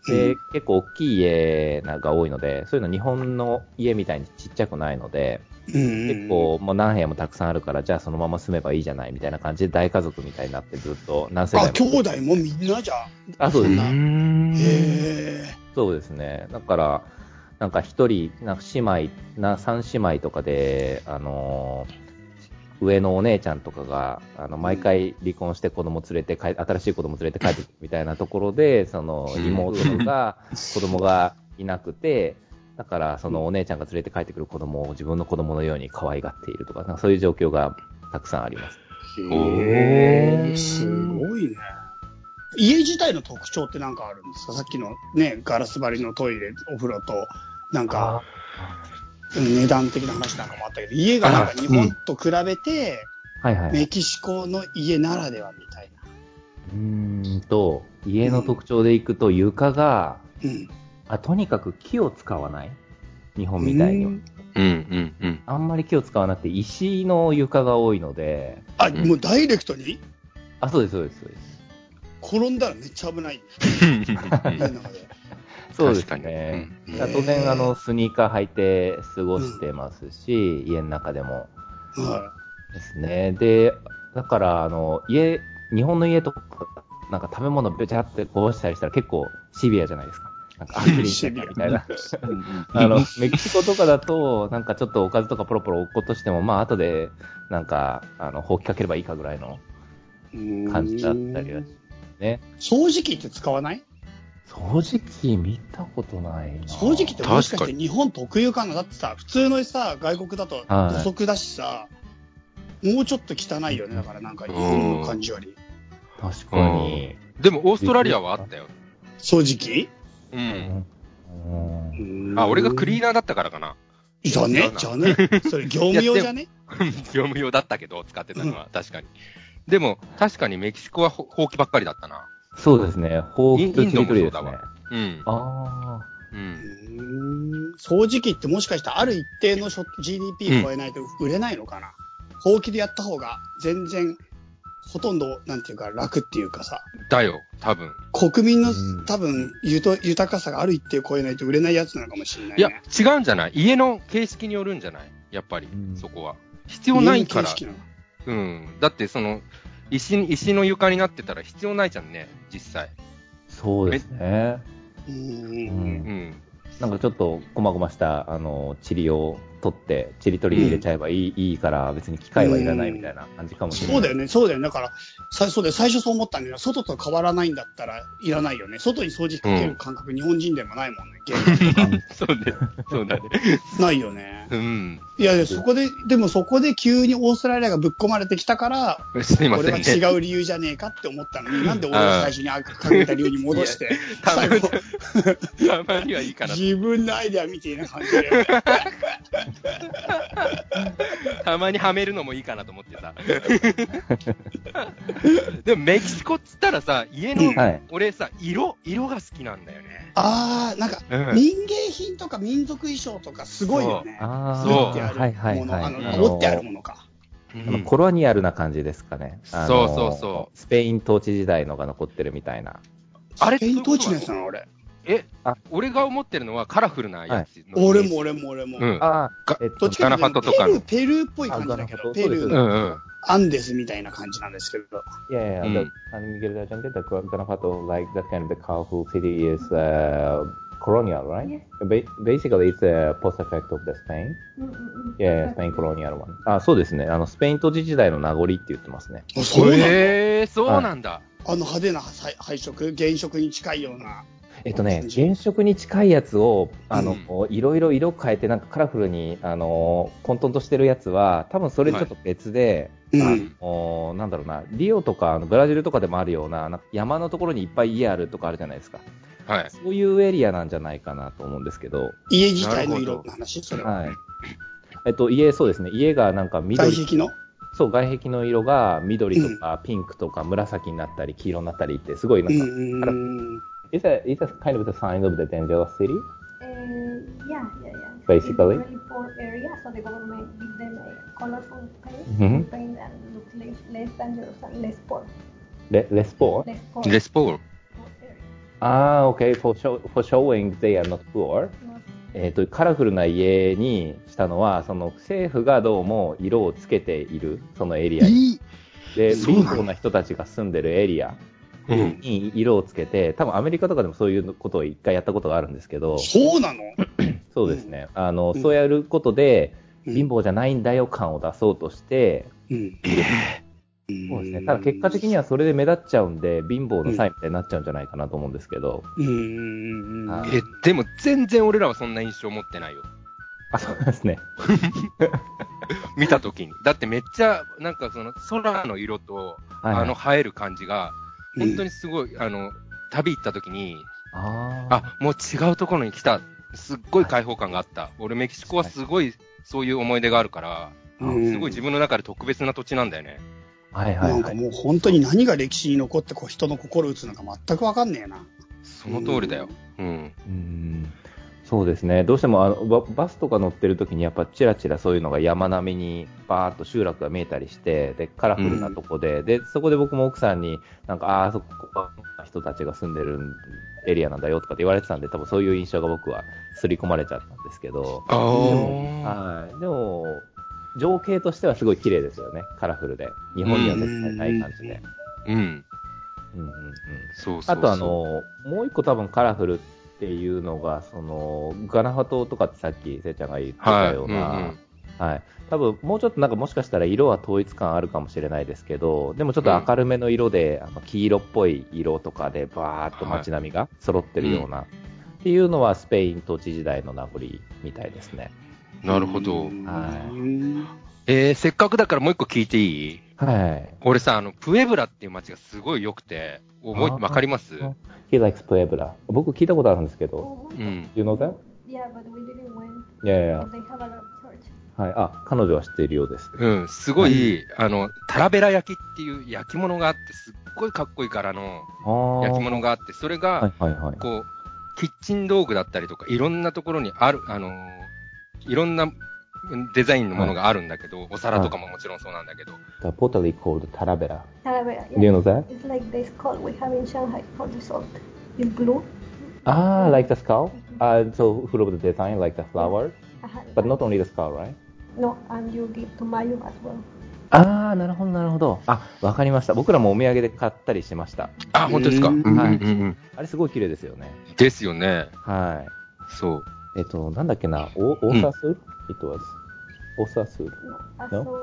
[SPEAKER 3] で、結構大きい家が多いので、そういうの日本の家みたいにちっちゃくないので、
[SPEAKER 1] うん、
[SPEAKER 3] 結構もう何部屋もたくさんあるから、じゃあそのまま住めばいいじゃないみたいな感じで大家族みたいになってずっと何世代も。
[SPEAKER 1] あ、兄弟もみんなじゃ
[SPEAKER 3] あ、そうです。
[SPEAKER 1] へー。
[SPEAKER 3] そうですね。だから、なんか一人、なんか姉妹、な三姉妹とかで、あのー上のお姉ちゃんとかが、あの、毎回離婚して子供連れて帰、新しい子供連れて帰ってくるみたいなところで、その、妹が、子供がいなくて、だから、そのお姉ちゃんが連れて帰ってくる子供を自分の子供のように可愛がっているとか、なんかそういう状況がたくさんあります。
[SPEAKER 1] へー、すごいね。家自体の特徴って何かあるんですか？さっきのね、ガラス張りのトイレ、お風呂と、なんか、値段的な話なんかもあったけど、家がなんか日本と比べて、はいはい、メキシコの家ならではみたいな。
[SPEAKER 3] うーんと、家の特徴でいくと床が、うん、あとにかく木を使わない。日本みたいには。うんうんうん。あんまり木を使わなくて石の床が多いので。
[SPEAKER 1] あ、もうダイレクトに？
[SPEAKER 3] あ、そうですそうですそうです。
[SPEAKER 1] 転んだらめっちゃ危ない。家の中で。
[SPEAKER 3] そうですね。うん、当然、あの、スニーカー履いて過ごしてますし、うん、家の中でも。はい。ですね。で、だから、あの、家、日本の家とか、なんか食べ物べちゃってこぼしたりしたら結構シビアじゃないですか。なんか、あ、クリーンしなきゃみたいな。あの、メキシコとかだと、なんかちょっとおかずとかポロポロ落っことしても、まあ、後で、なんか、あの、ほうきかければいいかぐらいの感じだったりはしますね。
[SPEAKER 1] 掃除機って使わない？
[SPEAKER 3] 掃除機見たことないな。
[SPEAKER 1] 掃除機ってもしかして日本特有かな？だってさ、普通のさ、外国だと土足だしさ、はい、もうちょっと汚いよね。だからなんか日本の感じより。
[SPEAKER 3] 確かに。
[SPEAKER 2] でもオーストラリアはあったよ。
[SPEAKER 1] 掃除機？
[SPEAKER 2] うん。うん、あ、俺がクリーナーだったからかな。
[SPEAKER 1] じゃねじゃねそれ業務用じゃね
[SPEAKER 2] 業務用だったけど、使ってたのは、確かに。でも、確かにメキシコはほうきばっかりだったな。
[SPEAKER 3] そうですね。ほうきとちりとりですね。
[SPEAKER 2] うん。
[SPEAKER 3] ああ。
[SPEAKER 1] うん。掃除機ってもしかしたらある一定の ジーディーピー 超えないと売れないのかな、うん、ほうきでやった方が全然ほとんどなんていうか楽っていうかさ。
[SPEAKER 2] だよ、多分。
[SPEAKER 1] 国民の、うん、多分豊かさがある一定を超えないと売れないやつなのかもしれないね。
[SPEAKER 2] いや、違うんじゃない？家の形式によるんじゃない？やっぱり、うん、そこは。必要ないから。家の形式なの？うん。だってその、石、石の床になってたら必要ないじゃんね、実際。
[SPEAKER 3] そうですね。
[SPEAKER 1] うん。うん。
[SPEAKER 3] なんかちょっとこまごましたあの塵を取って塵取り入れちゃえばいい、うん、いいから別に機械はいらないみたいな感じかもしれない。
[SPEAKER 1] そうだよね、そうだよね。だからさそうだよ、最初そう思ったんだけど、外と変わらないんだったらいらないよね。外に掃除機かける感覚、うん、日本人でもないもんね。ゲームとか。
[SPEAKER 2] そうね、そうだね。
[SPEAKER 1] ないよね。
[SPEAKER 2] うん。
[SPEAKER 1] いやいや、そこででもそこで急にオーストラリアがぶっ込まれてきたから、
[SPEAKER 2] すいませんね、
[SPEAKER 1] 俺は違う理由じゃねえかって思ったのに、なんで俺が最初にかけた理由に戻して、最後
[SPEAKER 2] たまにはいいかな。
[SPEAKER 1] 自分のアイデアみたいな感じで。
[SPEAKER 2] たまにはめるのもいいかなと思ってさ。でもメキシコっつったらさ、家の、うん、俺さ、色、色が好きなんだよね。
[SPEAKER 1] ああ、なんか、うん、民芸品とか民族衣装とかすごいよね。
[SPEAKER 3] あ
[SPEAKER 1] あ、折ってあるもの、あの、折ってあるものか。
[SPEAKER 3] あのコロニアルな感じですかね。あの
[SPEAKER 2] そうそうそう。
[SPEAKER 3] スペイン統治時代のが残ってるみたいな。
[SPEAKER 1] あれスペイン統治のやつなの俺。
[SPEAKER 2] え、あ、俺が思ってるのはカラフルなやつの、
[SPEAKER 1] はい。俺も俺も俺も。
[SPEAKER 2] うん。ああ、
[SPEAKER 1] えっと、ガナファトとかの。ペルー、ペルーっぽい感じだけど、ペルーの、うんうん、アンデスみたいな感じなんですけど。
[SPEAKER 3] いやいや、the San Miguel de Allende, the Guanajuato, like that kind of the colorful city is uh, colonial, right? Yeah. Basically, it's a post-effect of the Spain. Yeah, Spain colonial one. あ、そうですね。あの、スペイン統治時代の名残って言ってますね。
[SPEAKER 1] あ、そうなんだ。
[SPEAKER 2] へー、そうなんだ。はい、
[SPEAKER 1] あの派手な配色、原色に近いような。
[SPEAKER 3] えっとね、原色に近いやつを、あの、うん、いろいろ色変えて、なんかカラフルに、あの、混沌としてるやつは、多分それちょっと別で、はい、あの、なんだろうな、リオとか、ブラジルとかでもあるような、なんか山のところにいっぱい家あるとかあるじゃないですか。
[SPEAKER 2] はい。
[SPEAKER 3] そういうエリアなんじゃないかなと思うんですけど。
[SPEAKER 1] 家自体の色の話、それは。
[SPEAKER 3] はい。えっと、家、そうですね。家がなんか緑。
[SPEAKER 1] 外壁の
[SPEAKER 3] そう、外壁の色が緑とかピンクとか紫になったり黄色になったりって、すごいなんか、うん、Is that is that kind of the sign of the dangerous city?
[SPEAKER 4] Uh, yeah, yeah, yeah.
[SPEAKER 3] Basically.
[SPEAKER 4] It's a really poor area, so the government gives them a colorful paint,
[SPEAKER 3] mm-hmm.
[SPEAKER 4] paint and look less, less dangerous and less poor.
[SPEAKER 3] Le, less poor?
[SPEAKER 4] Less poor.
[SPEAKER 2] Less poor.
[SPEAKER 3] ああ、OK, for, show, for showing they are not poor. えっと、カラフルな家にしたのは、その政府がどうも色をつけている、そのエリアに。で、貧乏な人たちが住んでるエリアに色をつけて、多分アメリカとかでもそういうことを一回やったことがあるんですけど。
[SPEAKER 1] そうなの？
[SPEAKER 3] そうですね。あの、そうやることで、貧乏じゃないんだよ感を出そうとして、うん、そうですね。ただ結果的にはそれで目立っちゃうんで、貧乏のサインみたいになっちゃうんじゃないかなと思うんですけど。
[SPEAKER 2] うん、え、でも全然俺らはそんな印象持ってないよ。
[SPEAKER 3] あ、そうですね。
[SPEAKER 2] 見たときに。だってめっちゃ、なんかその空の色と、はいはい、あの映える感じが、本当にすごい、うん、あの、旅行ったときに、ああ、もう違うところに来た。すっごい開放感があった。はい、俺メキシコはすごいそういう思い出があるから、うん、すごい自分の中で特別な土地なんだよね。
[SPEAKER 3] はいはいはい、
[SPEAKER 1] なんかもう本当に何が歴史に残ってこう人の心打つのか全くわかんねえな。
[SPEAKER 2] その通りだよ。うん。うん、
[SPEAKER 3] うんそうですね。どうしてもあの バ, バスとか乗ってる時にやっぱチラチラそういうのが山並みにバーッと集落が見えたりして、でカラフルなとこで、うん、でそこで僕も奥さんになんかああそこは人たちが住んでるエリアなんだよとかって言われてたんで、多分そういう印象が僕は刷り込まれちゃったんですけど、でも、はい、でも情景としてはすごい綺麗ですよね。カラフルで日本には絶対ない感じで。うん。うんうんうん。そうそうそう。あとあのもう一個多分カラフルっていうのが、そのガナファ島とかってさっきせいちゃんが言ってたような、はいうんうんはい、多分もうちょっとなんかもしかしたら色は統一感あるかもしれないですけど、でもちょっと明るめの色で、うん、あの黄色っぽい色とかでバーっと街並みが揃ってるような、はい、っていうのはスペイン統治時代の名残みたいですね。
[SPEAKER 2] なるほど。はい。えー、せっかくだからもう一個聞いていい？はい。俺さ、あの、プエブラっていう街がすごい良くて、覚え、わかります？
[SPEAKER 3] He likes Puebla. 僕聞いたことあるんですけど。うん。You know that?
[SPEAKER 4] Yeah, but we didn't went.
[SPEAKER 3] Yeah, yeah.
[SPEAKER 4] They have a lot of church.
[SPEAKER 3] はい。あ、彼女は知っているようです。
[SPEAKER 2] うん。すごい、はい、あの、タラベラ焼きっていう焼き物があって、すっごいかっこいい柄の焼き物があって、それが、はいはいはい、こう、キッチン道具だったりとか、いろんなところにある、あの、いろんなデザインのものがあるんだけど、はい、お皿とかももちろんそうなんだけど。
[SPEAKER 3] The pottery called Talavera.
[SPEAKER 4] Talavera, yeah.
[SPEAKER 3] Do you know that?
[SPEAKER 4] It's like the skull we have in Shanghai for the salt. In blue.
[SPEAKER 3] Ah, like the skull? Uh, so full of the design, like the flower? But not only the skull, right?
[SPEAKER 4] No, and you give to Mayu as well.
[SPEAKER 3] ああ、なるほど、なるほど。あ、わかりました。僕らもお土産で買ったりしました。
[SPEAKER 2] あ、本当ですか。はい。うんうんう
[SPEAKER 3] ん、あれすごい綺麗ですよね。
[SPEAKER 2] ですよね。
[SPEAKER 3] はい。
[SPEAKER 2] そう。
[SPEAKER 3] えっと、なんだっけな、オーサス、うん、It was オーサス
[SPEAKER 4] No?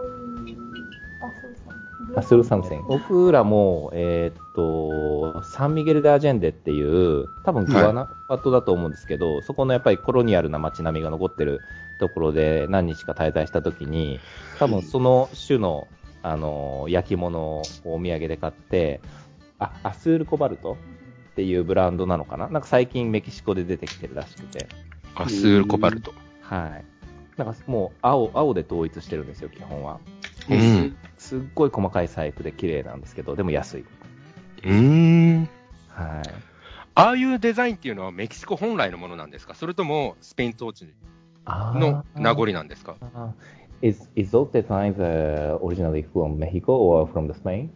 [SPEAKER 3] アスルサムセン。僕らも、えー、っと、サンミゲル・デ・アジェンデっていう、多分グアナファトだと思うんですけど、はい、そこのやっぱりコロニアルな街並みが残ってるところで何日か滞在したときに、多分その種の、あの、焼き物をお土産で買って、あ、アスール・コバルトっていうブランドなのかな、なんか最近メキシコで出てきてるらしくて。
[SPEAKER 2] アスール・コバルト。
[SPEAKER 3] はい。なんかもう青、青で統一してるんですよ、基本は。
[SPEAKER 2] うん。
[SPEAKER 3] すっごい細かい細工で綺麗なんですけど、でも安い。
[SPEAKER 2] うーん。
[SPEAKER 3] はい。
[SPEAKER 2] ああいうデザインっていうのはメキシコ本来のものなんですか？それともスペイン統治の名残なんですか？
[SPEAKER 3] Is, is those designs uh, originally from Mexico or from the Spain?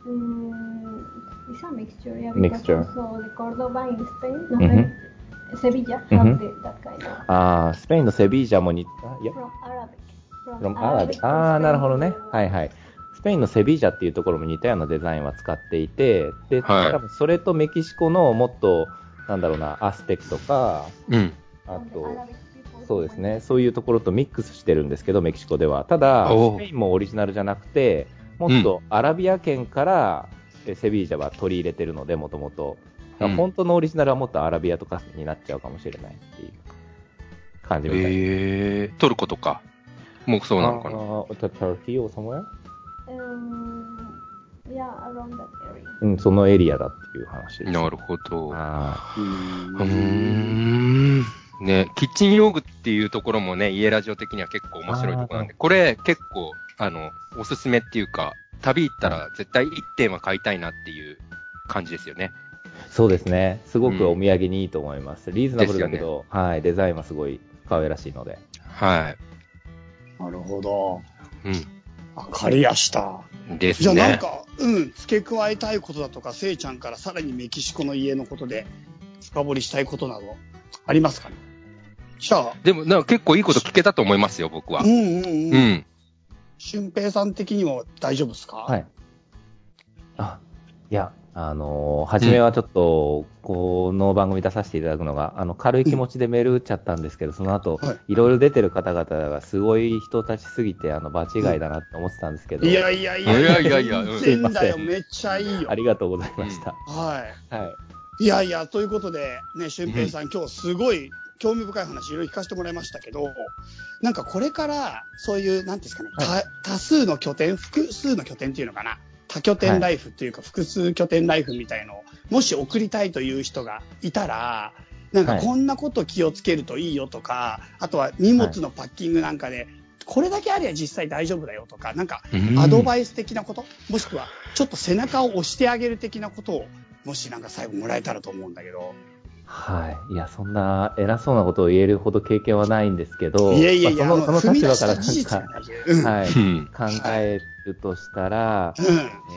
[SPEAKER 4] Mm, it's a mixture, yeah, because
[SPEAKER 3] mixture.
[SPEAKER 4] Also the Cordoba in Spain, no, mm-hmm. Sevilla have mm-hmm. the, that kind of.
[SPEAKER 3] ああ、スペインのセビージャもに、
[SPEAKER 4] From Arabic.
[SPEAKER 3] From Arabic. ああ、なるほどね。はいはい。スペインのセビージャっていうところも似たようなデザインは使っていて、で、はい、多分それとメキシコのもっと、なんだろうな、アステクとか、うん、あと、そうですね、そういうところとミックスしてるんですけど、メキシコでは。ただ、スペインもオリジナルじゃなくて、もっとアラビア圏からセビージャは取り入れてるので、もともと。本当のオリジナルはもっとアラビアとかになっちゃうかもしれないっていう感じみたいです。
[SPEAKER 2] えー、トルコとかもうそうなのかな。
[SPEAKER 3] Turkey or somewhere?、Um,
[SPEAKER 4] yeah, around that area.
[SPEAKER 3] うん、そのエリアだっていう話です。
[SPEAKER 2] なるほど。あうーん。ね、キッチン用具っていうところもね、家ラジオ的には結構面白いところなんで、これ結構、あの、おすすめっていうか、旅行ったら絶対いってんは買いたいなっていう感じですよね。
[SPEAKER 3] そうですね。すごくお土産にいいと思います。うん、リーズナブルだけど、ね、はい、デザインはすごい可愛らしいので。
[SPEAKER 2] はい。
[SPEAKER 1] なるほど。
[SPEAKER 2] うん。
[SPEAKER 1] わかりやした。
[SPEAKER 2] ですね。
[SPEAKER 1] じゃあなんか、うん、付け加えたいことだとか、せいちゃんからさらにメキシコの家のことで深掘りしたいことなどありますかね。じゃあ。
[SPEAKER 2] でも、なんか結構いいこと聞けたと思いますよ、僕は。
[SPEAKER 1] うんうんうん。
[SPEAKER 2] うん。
[SPEAKER 1] 俊平さん的にも大丈夫ですか？
[SPEAKER 3] はい。あ、いや、あのー、初めはちょっと、この番組出させていただくのが、あの、軽い気持ちでメール打っちゃったんですけど、その後、はい、いろいろ出てる方々がすごい人たちすぎて、あの、場違いだなって思ってたんですけど。
[SPEAKER 1] いやいやいやいやいやいや、全然だよ、めっちゃいいよ。
[SPEAKER 3] ありがとうございました。
[SPEAKER 1] はい。
[SPEAKER 3] はい。
[SPEAKER 1] いやいや、ということで、ね、俊平さん、うん、今日すごい興味深い話いろいろ聞かせてもらいましたけど、なんかこれからそういう、なんていうんですかね、はい、多数の拠点、複数の拠点っていうのかな、多拠点ライフっていうか、はい、複数拠点ライフみたいのを、もし送りたいという人がいたら、なんかこんなこと気をつけるといいよとか、はい、あとは荷物のパッキングなんかで、これだけありゃ実際大丈夫だよとか、なんかアドバイス的なこと、もしくはちょっと背中を押してあげる的なことを、もしなんか最後もらえたらと思うんだけど。
[SPEAKER 3] はい。いや、そんな偉そうなことを言えるほど経験はないんですけど、
[SPEAKER 1] いやいやいや、
[SPEAKER 3] まあ、その、その立場からなん
[SPEAKER 1] か、
[SPEAKER 3] はい、考えるとしたら、うん、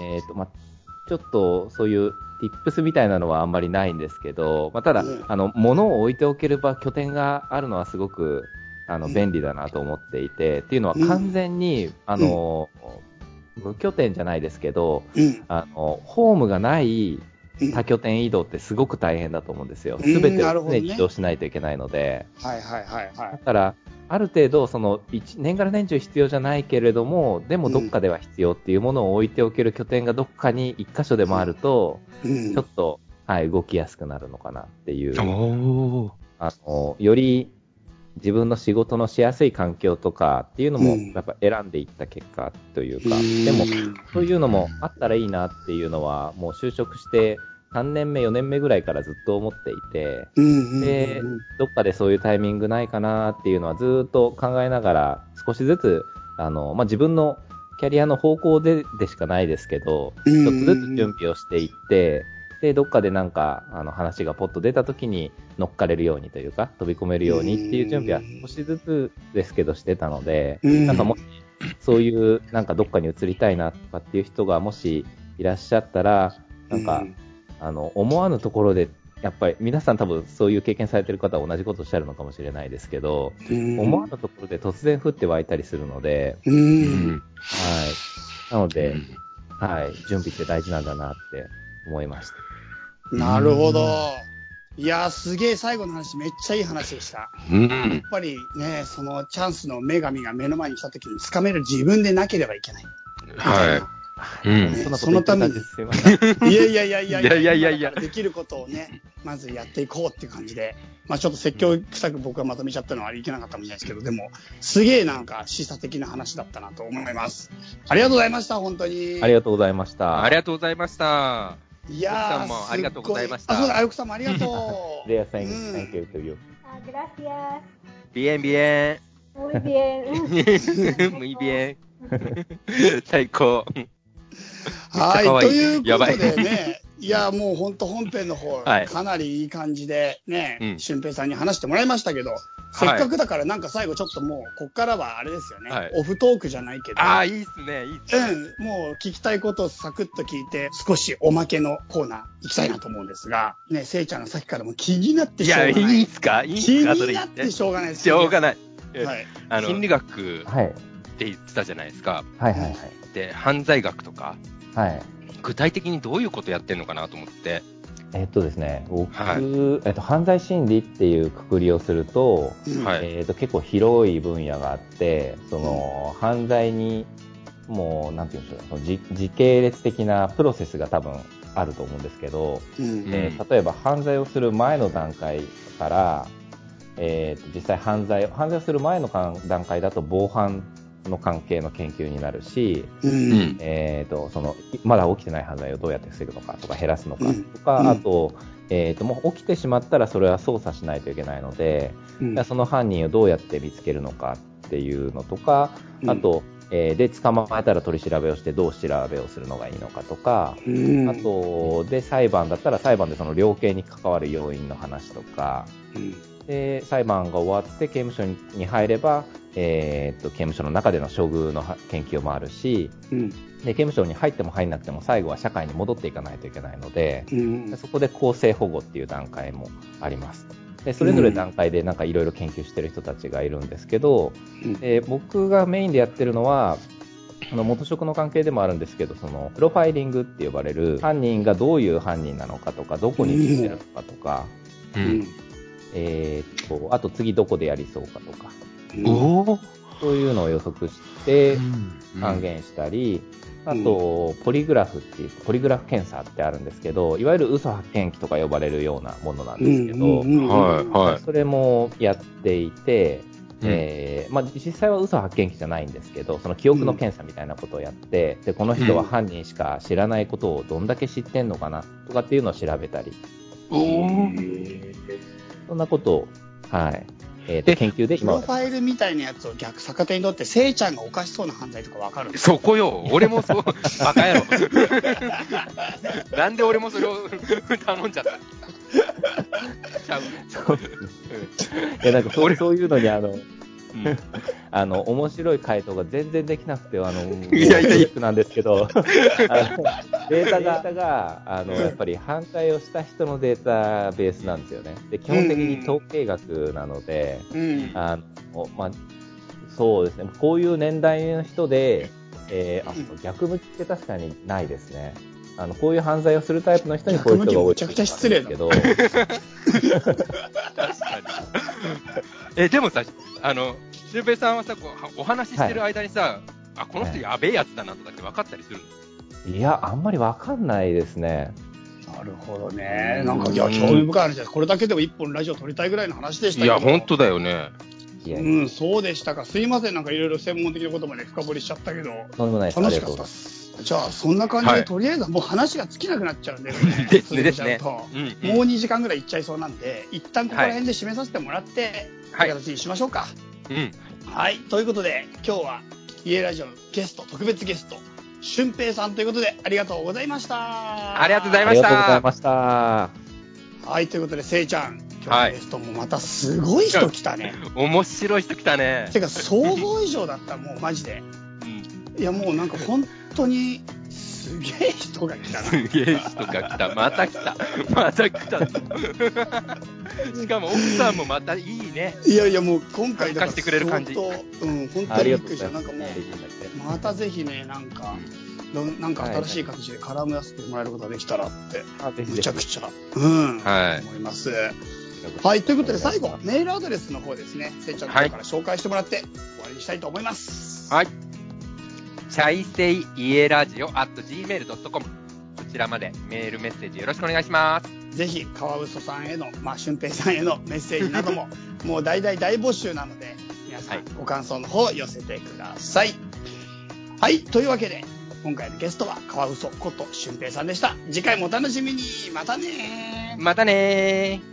[SPEAKER 3] えっと、まあ、ちょっとそういうティップスみたいなのはあんまりないんですけど、まあ、ただ、うん、あの、物を置いておける場、拠点があるのはすごく、あの、便利だなと思っていて、うん、っていうのは完全に、うん、あの、無拠点じゃないですけど、うん、あの、ホームがない多拠点移動ってすごく大変だと思うんですよ。すべてを常に移動しないといけないので。
[SPEAKER 1] はいはいはいはい。
[SPEAKER 3] だから、ある程度、その、年がら年中必要じゃないけれども、でもどっかでは必要っていうものを置いておける拠点がどっかに一箇所でもあると、うん、ちょっと、はい、動きやすくなるのかなっていう。
[SPEAKER 2] お
[SPEAKER 3] あの、より自分の仕事のしやすい環境とかっていうのも、やっぱ選んでいった結果というか、うん、でも、そういうのもあったらいいなっていうのは、もう就職して、さんねんめ、よねんめぐらいからずっと思っていて、うんうんうん、で、どっかでそういうタイミングないかなっていうのはずっと考えながら、少しずつ、あの、まあ、自分のキャリアの方向ででしかないですけど、うんうんうん、ちょっとずつ準備をしていって、で、どっかでなんか、あの、話がポッと出た時に乗っかれるようにというか、飛び込めるようにっていう準備は少しずつですけどしてたので、うん、なんかもし、そういう、なんかどっかに移りたいなとかっていう人がもしいらっしゃったら、なんか、うんあの、思わぬところで、やっぱり皆さん多分そういう経験されてる方は同じことをおっしゃるのかもしれないですけど、思わぬところで突然降って湧いたりするので、はい。なので、はい、準備って大事なんだなって思いました。
[SPEAKER 1] なるほど。いやー、すげえ最後の話めっちゃいい話でした。やっぱりね、そのチャンスの女神が目の前に来た時に掴める自分でなければいけない。
[SPEAKER 2] はい。
[SPEAKER 3] うん、ね、そのために。すいません。
[SPEAKER 1] いやいやいやいやいやいやいやいや。できることをね、まずやっていこうっていう感じで。まあちょっと説教臭く僕はまとめちゃったのはありいけなかったかもしれないですけど、でも、すげえなんか示唆的な話だったなと思います。ありがとうございました、本当に。
[SPEAKER 3] ありがとうございました。
[SPEAKER 2] ありがとうございました。
[SPEAKER 1] いやー、
[SPEAKER 2] 奥さんもありがとうございました。
[SPEAKER 1] あ、そうだ、奥さんもありがとう。
[SPEAKER 3] レアさん、thank you to you.
[SPEAKER 4] Gracias.
[SPEAKER 2] Bien, bien.
[SPEAKER 4] Muy bien.
[SPEAKER 2] Muy bien. 最高。
[SPEAKER 1] はい、ということでね、いや、もう本当本編の方、はい、かなりいい感じでね、うん、俊平さんに話してもらいましたけど、せっかくだからなんか最後ちょっともう、こっからはあれですよね、はい、オフトークじゃないけど。
[SPEAKER 2] ああ、いいっすね、いいっすね。
[SPEAKER 1] うん、もう聞きたいことをサクッと聞いて、少しおまけのコーナー行きたいなと思うんですが、ね、せいちゃんがさっきからも気になってしょうがない。
[SPEAKER 2] いや、いいっすかいいっすか
[SPEAKER 1] 気になってしょうがないです。
[SPEAKER 2] しょうがない。
[SPEAKER 1] はい。
[SPEAKER 2] あの、心理学って言ってたじゃないですか。
[SPEAKER 3] はいはいはい。
[SPEAKER 2] で、犯罪学とか。
[SPEAKER 3] はい。
[SPEAKER 2] 具体的にどういうことやってんのかなと思って。
[SPEAKER 3] えっとですね、僕、はい、えっと、犯罪心理っていうくくりをすると、はい、えっと、結構広い分野があって、その、犯罪に、もう、なんていうんでしょう、その時、時系列的なプロセスが多分あると思うんですけど、うんえー、例えば犯罪をする前の段階から、えー、実際犯罪、犯罪をする前の段階だと防犯の関係の研究になるし、うん、えーと、その、まだ起きてない犯罪をどうやって防ぐのかとか減らすのかとか、うん、あと、えーと、もう起きてしまったらそれは捜査しないといけないので、うん、その犯人をどうやって見つけるのかっていうのとか、あと、えー、で、捕まえたら取り調べをしてどう調べをするのがいいのかとか、うん、あと、で、裁判だったら裁判でその量刑に関わる要因の話とか、うんで、裁判が終わって刑務所に入れば、えー、っと刑務所の中での処遇の研究もあるし、うん、で刑務所に入っても入んなくても最後は社会に戻っていかないといけないので、うん、そこで更生保護っていう段階もあります。でそれぞれ段階でなんかいろいろ研究してる人たちがいるんですけど、うん、で僕がメインでやってるのはあの元職の関係でもあるんですけど、そのプロファイリングって呼ばれる犯人がどういう犯人なのかとか、どこに住んでるのかとか、うん、えー、っとあと次どこでやりそうかとか、うん、そういうのを予測して還元したり、あとポリグラフっていうポリグラフ検査ってあるんですけど、いわゆる嘘発見器とか呼ばれるようなものなんですけど、はいはい、それもやっていて、えーまあ、実際は嘘発見器じゃないんですけど、その記憶の検査みたいなことをやって、でこの人は犯人しか知らないことをどんだけ知ってんのかなとかっていうのを調べたり、そんなことを、はいえー、と研究で今
[SPEAKER 1] プロファイルみたいなやつを逆逆手にとって、せいちゃんが犯しそうな犯罪とか分かるんですか？
[SPEAKER 2] そこよ、俺もそう、バカ野郎。なんで俺もそれを頼んじゃった。ちゃう。
[SPEAKER 3] そういやなんかそうそういうのにあの、うん、あの面白い回答が全然できなくて、あのいやいやいやなんですけど、あのデータが、データがあのやっぱり犯罪をした人のデータベースなんですよね。で基本的に統計学なので、うん、あのまあそうですね。こういう年代の人で、えー、あ逆向きって確かにないですね。あのこういう犯罪をするタイプの人にこういう人が多い。
[SPEAKER 1] めちゃくちゃ失礼だ
[SPEAKER 3] けど。
[SPEAKER 2] 確かに。えでもさ、あのシュウペイさんはさ、こうお話ししてる間にさ、はい、あこの人やべえやつだなとかって分かったりするの？
[SPEAKER 3] いやあんまり分かんないですね。
[SPEAKER 1] なるほどね。なんかいや興味深い話です。これだけでも一本ラジオ撮りたいぐらいの話でしたけど。
[SPEAKER 2] いや本当だよね。
[SPEAKER 1] うん、そうでしたか。すいません、なんかいろいろ専門的なことまで深掘りしちゃったけど、楽しかったです。じゃあそんな感じで、はい、とりあえずもう話が尽きなくなっちゃうんで、ね、
[SPEAKER 2] ですねですね、
[SPEAKER 1] うんうん、もうにじかんぐらいいっちゃいそうなんで、一旦ここら辺で締めさせてもらって、はい、という形にしましょうか。うん、はい、ということで今日は家ラジオのゲスト、特別ゲスト俊平さんということでありがとうございました。
[SPEAKER 2] ありがとうございました。
[SPEAKER 3] ありがとうございました。
[SPEAKER 1] はい、ということでせいちゃん、今日のゲストもまたすごい人来たね。
[SPEAKER 2] 面白い人来たね。
[SPEAKER 1] てか想像以上だった。もうマジで、うん、いやもうなんか本当にすげえ人が来たな。
[SPEAKER 2] すげえ人が来た。また来た。また来た。しかも奥さんもまたいいね。
[SPEAKER 1] いやいやもう今回だから
[SPEAKER 2] してくれる感じ。
[SPEAKER 1] うん本当にびっくりした。なんかもうまたぜひねなんか。なんか新しい形で絡めさせてもらえることができたらってめちゃくちゃ、うん、はい、思います。はい、ということで最後メールアドレスの方ですね、せいちゃんの方から紹介してもらって終わりにしたいと思います。
[SPEAKER 2] はい。チャイセイ家ラジオ アットジーメールドットコム こちらまでメールメッセージよろしくお願いします。
[SPEAKER 1] ぜひカワウソさんへの、まあ俊平さんへのメッセージなどももう大大大募集なので皆さんご感想の方寄せてください。はい、というわけで。今回のゲストはカワウソこと俊平さんでした。次回もお楽しみに。またねー。
[SPEAKER 2] またねー。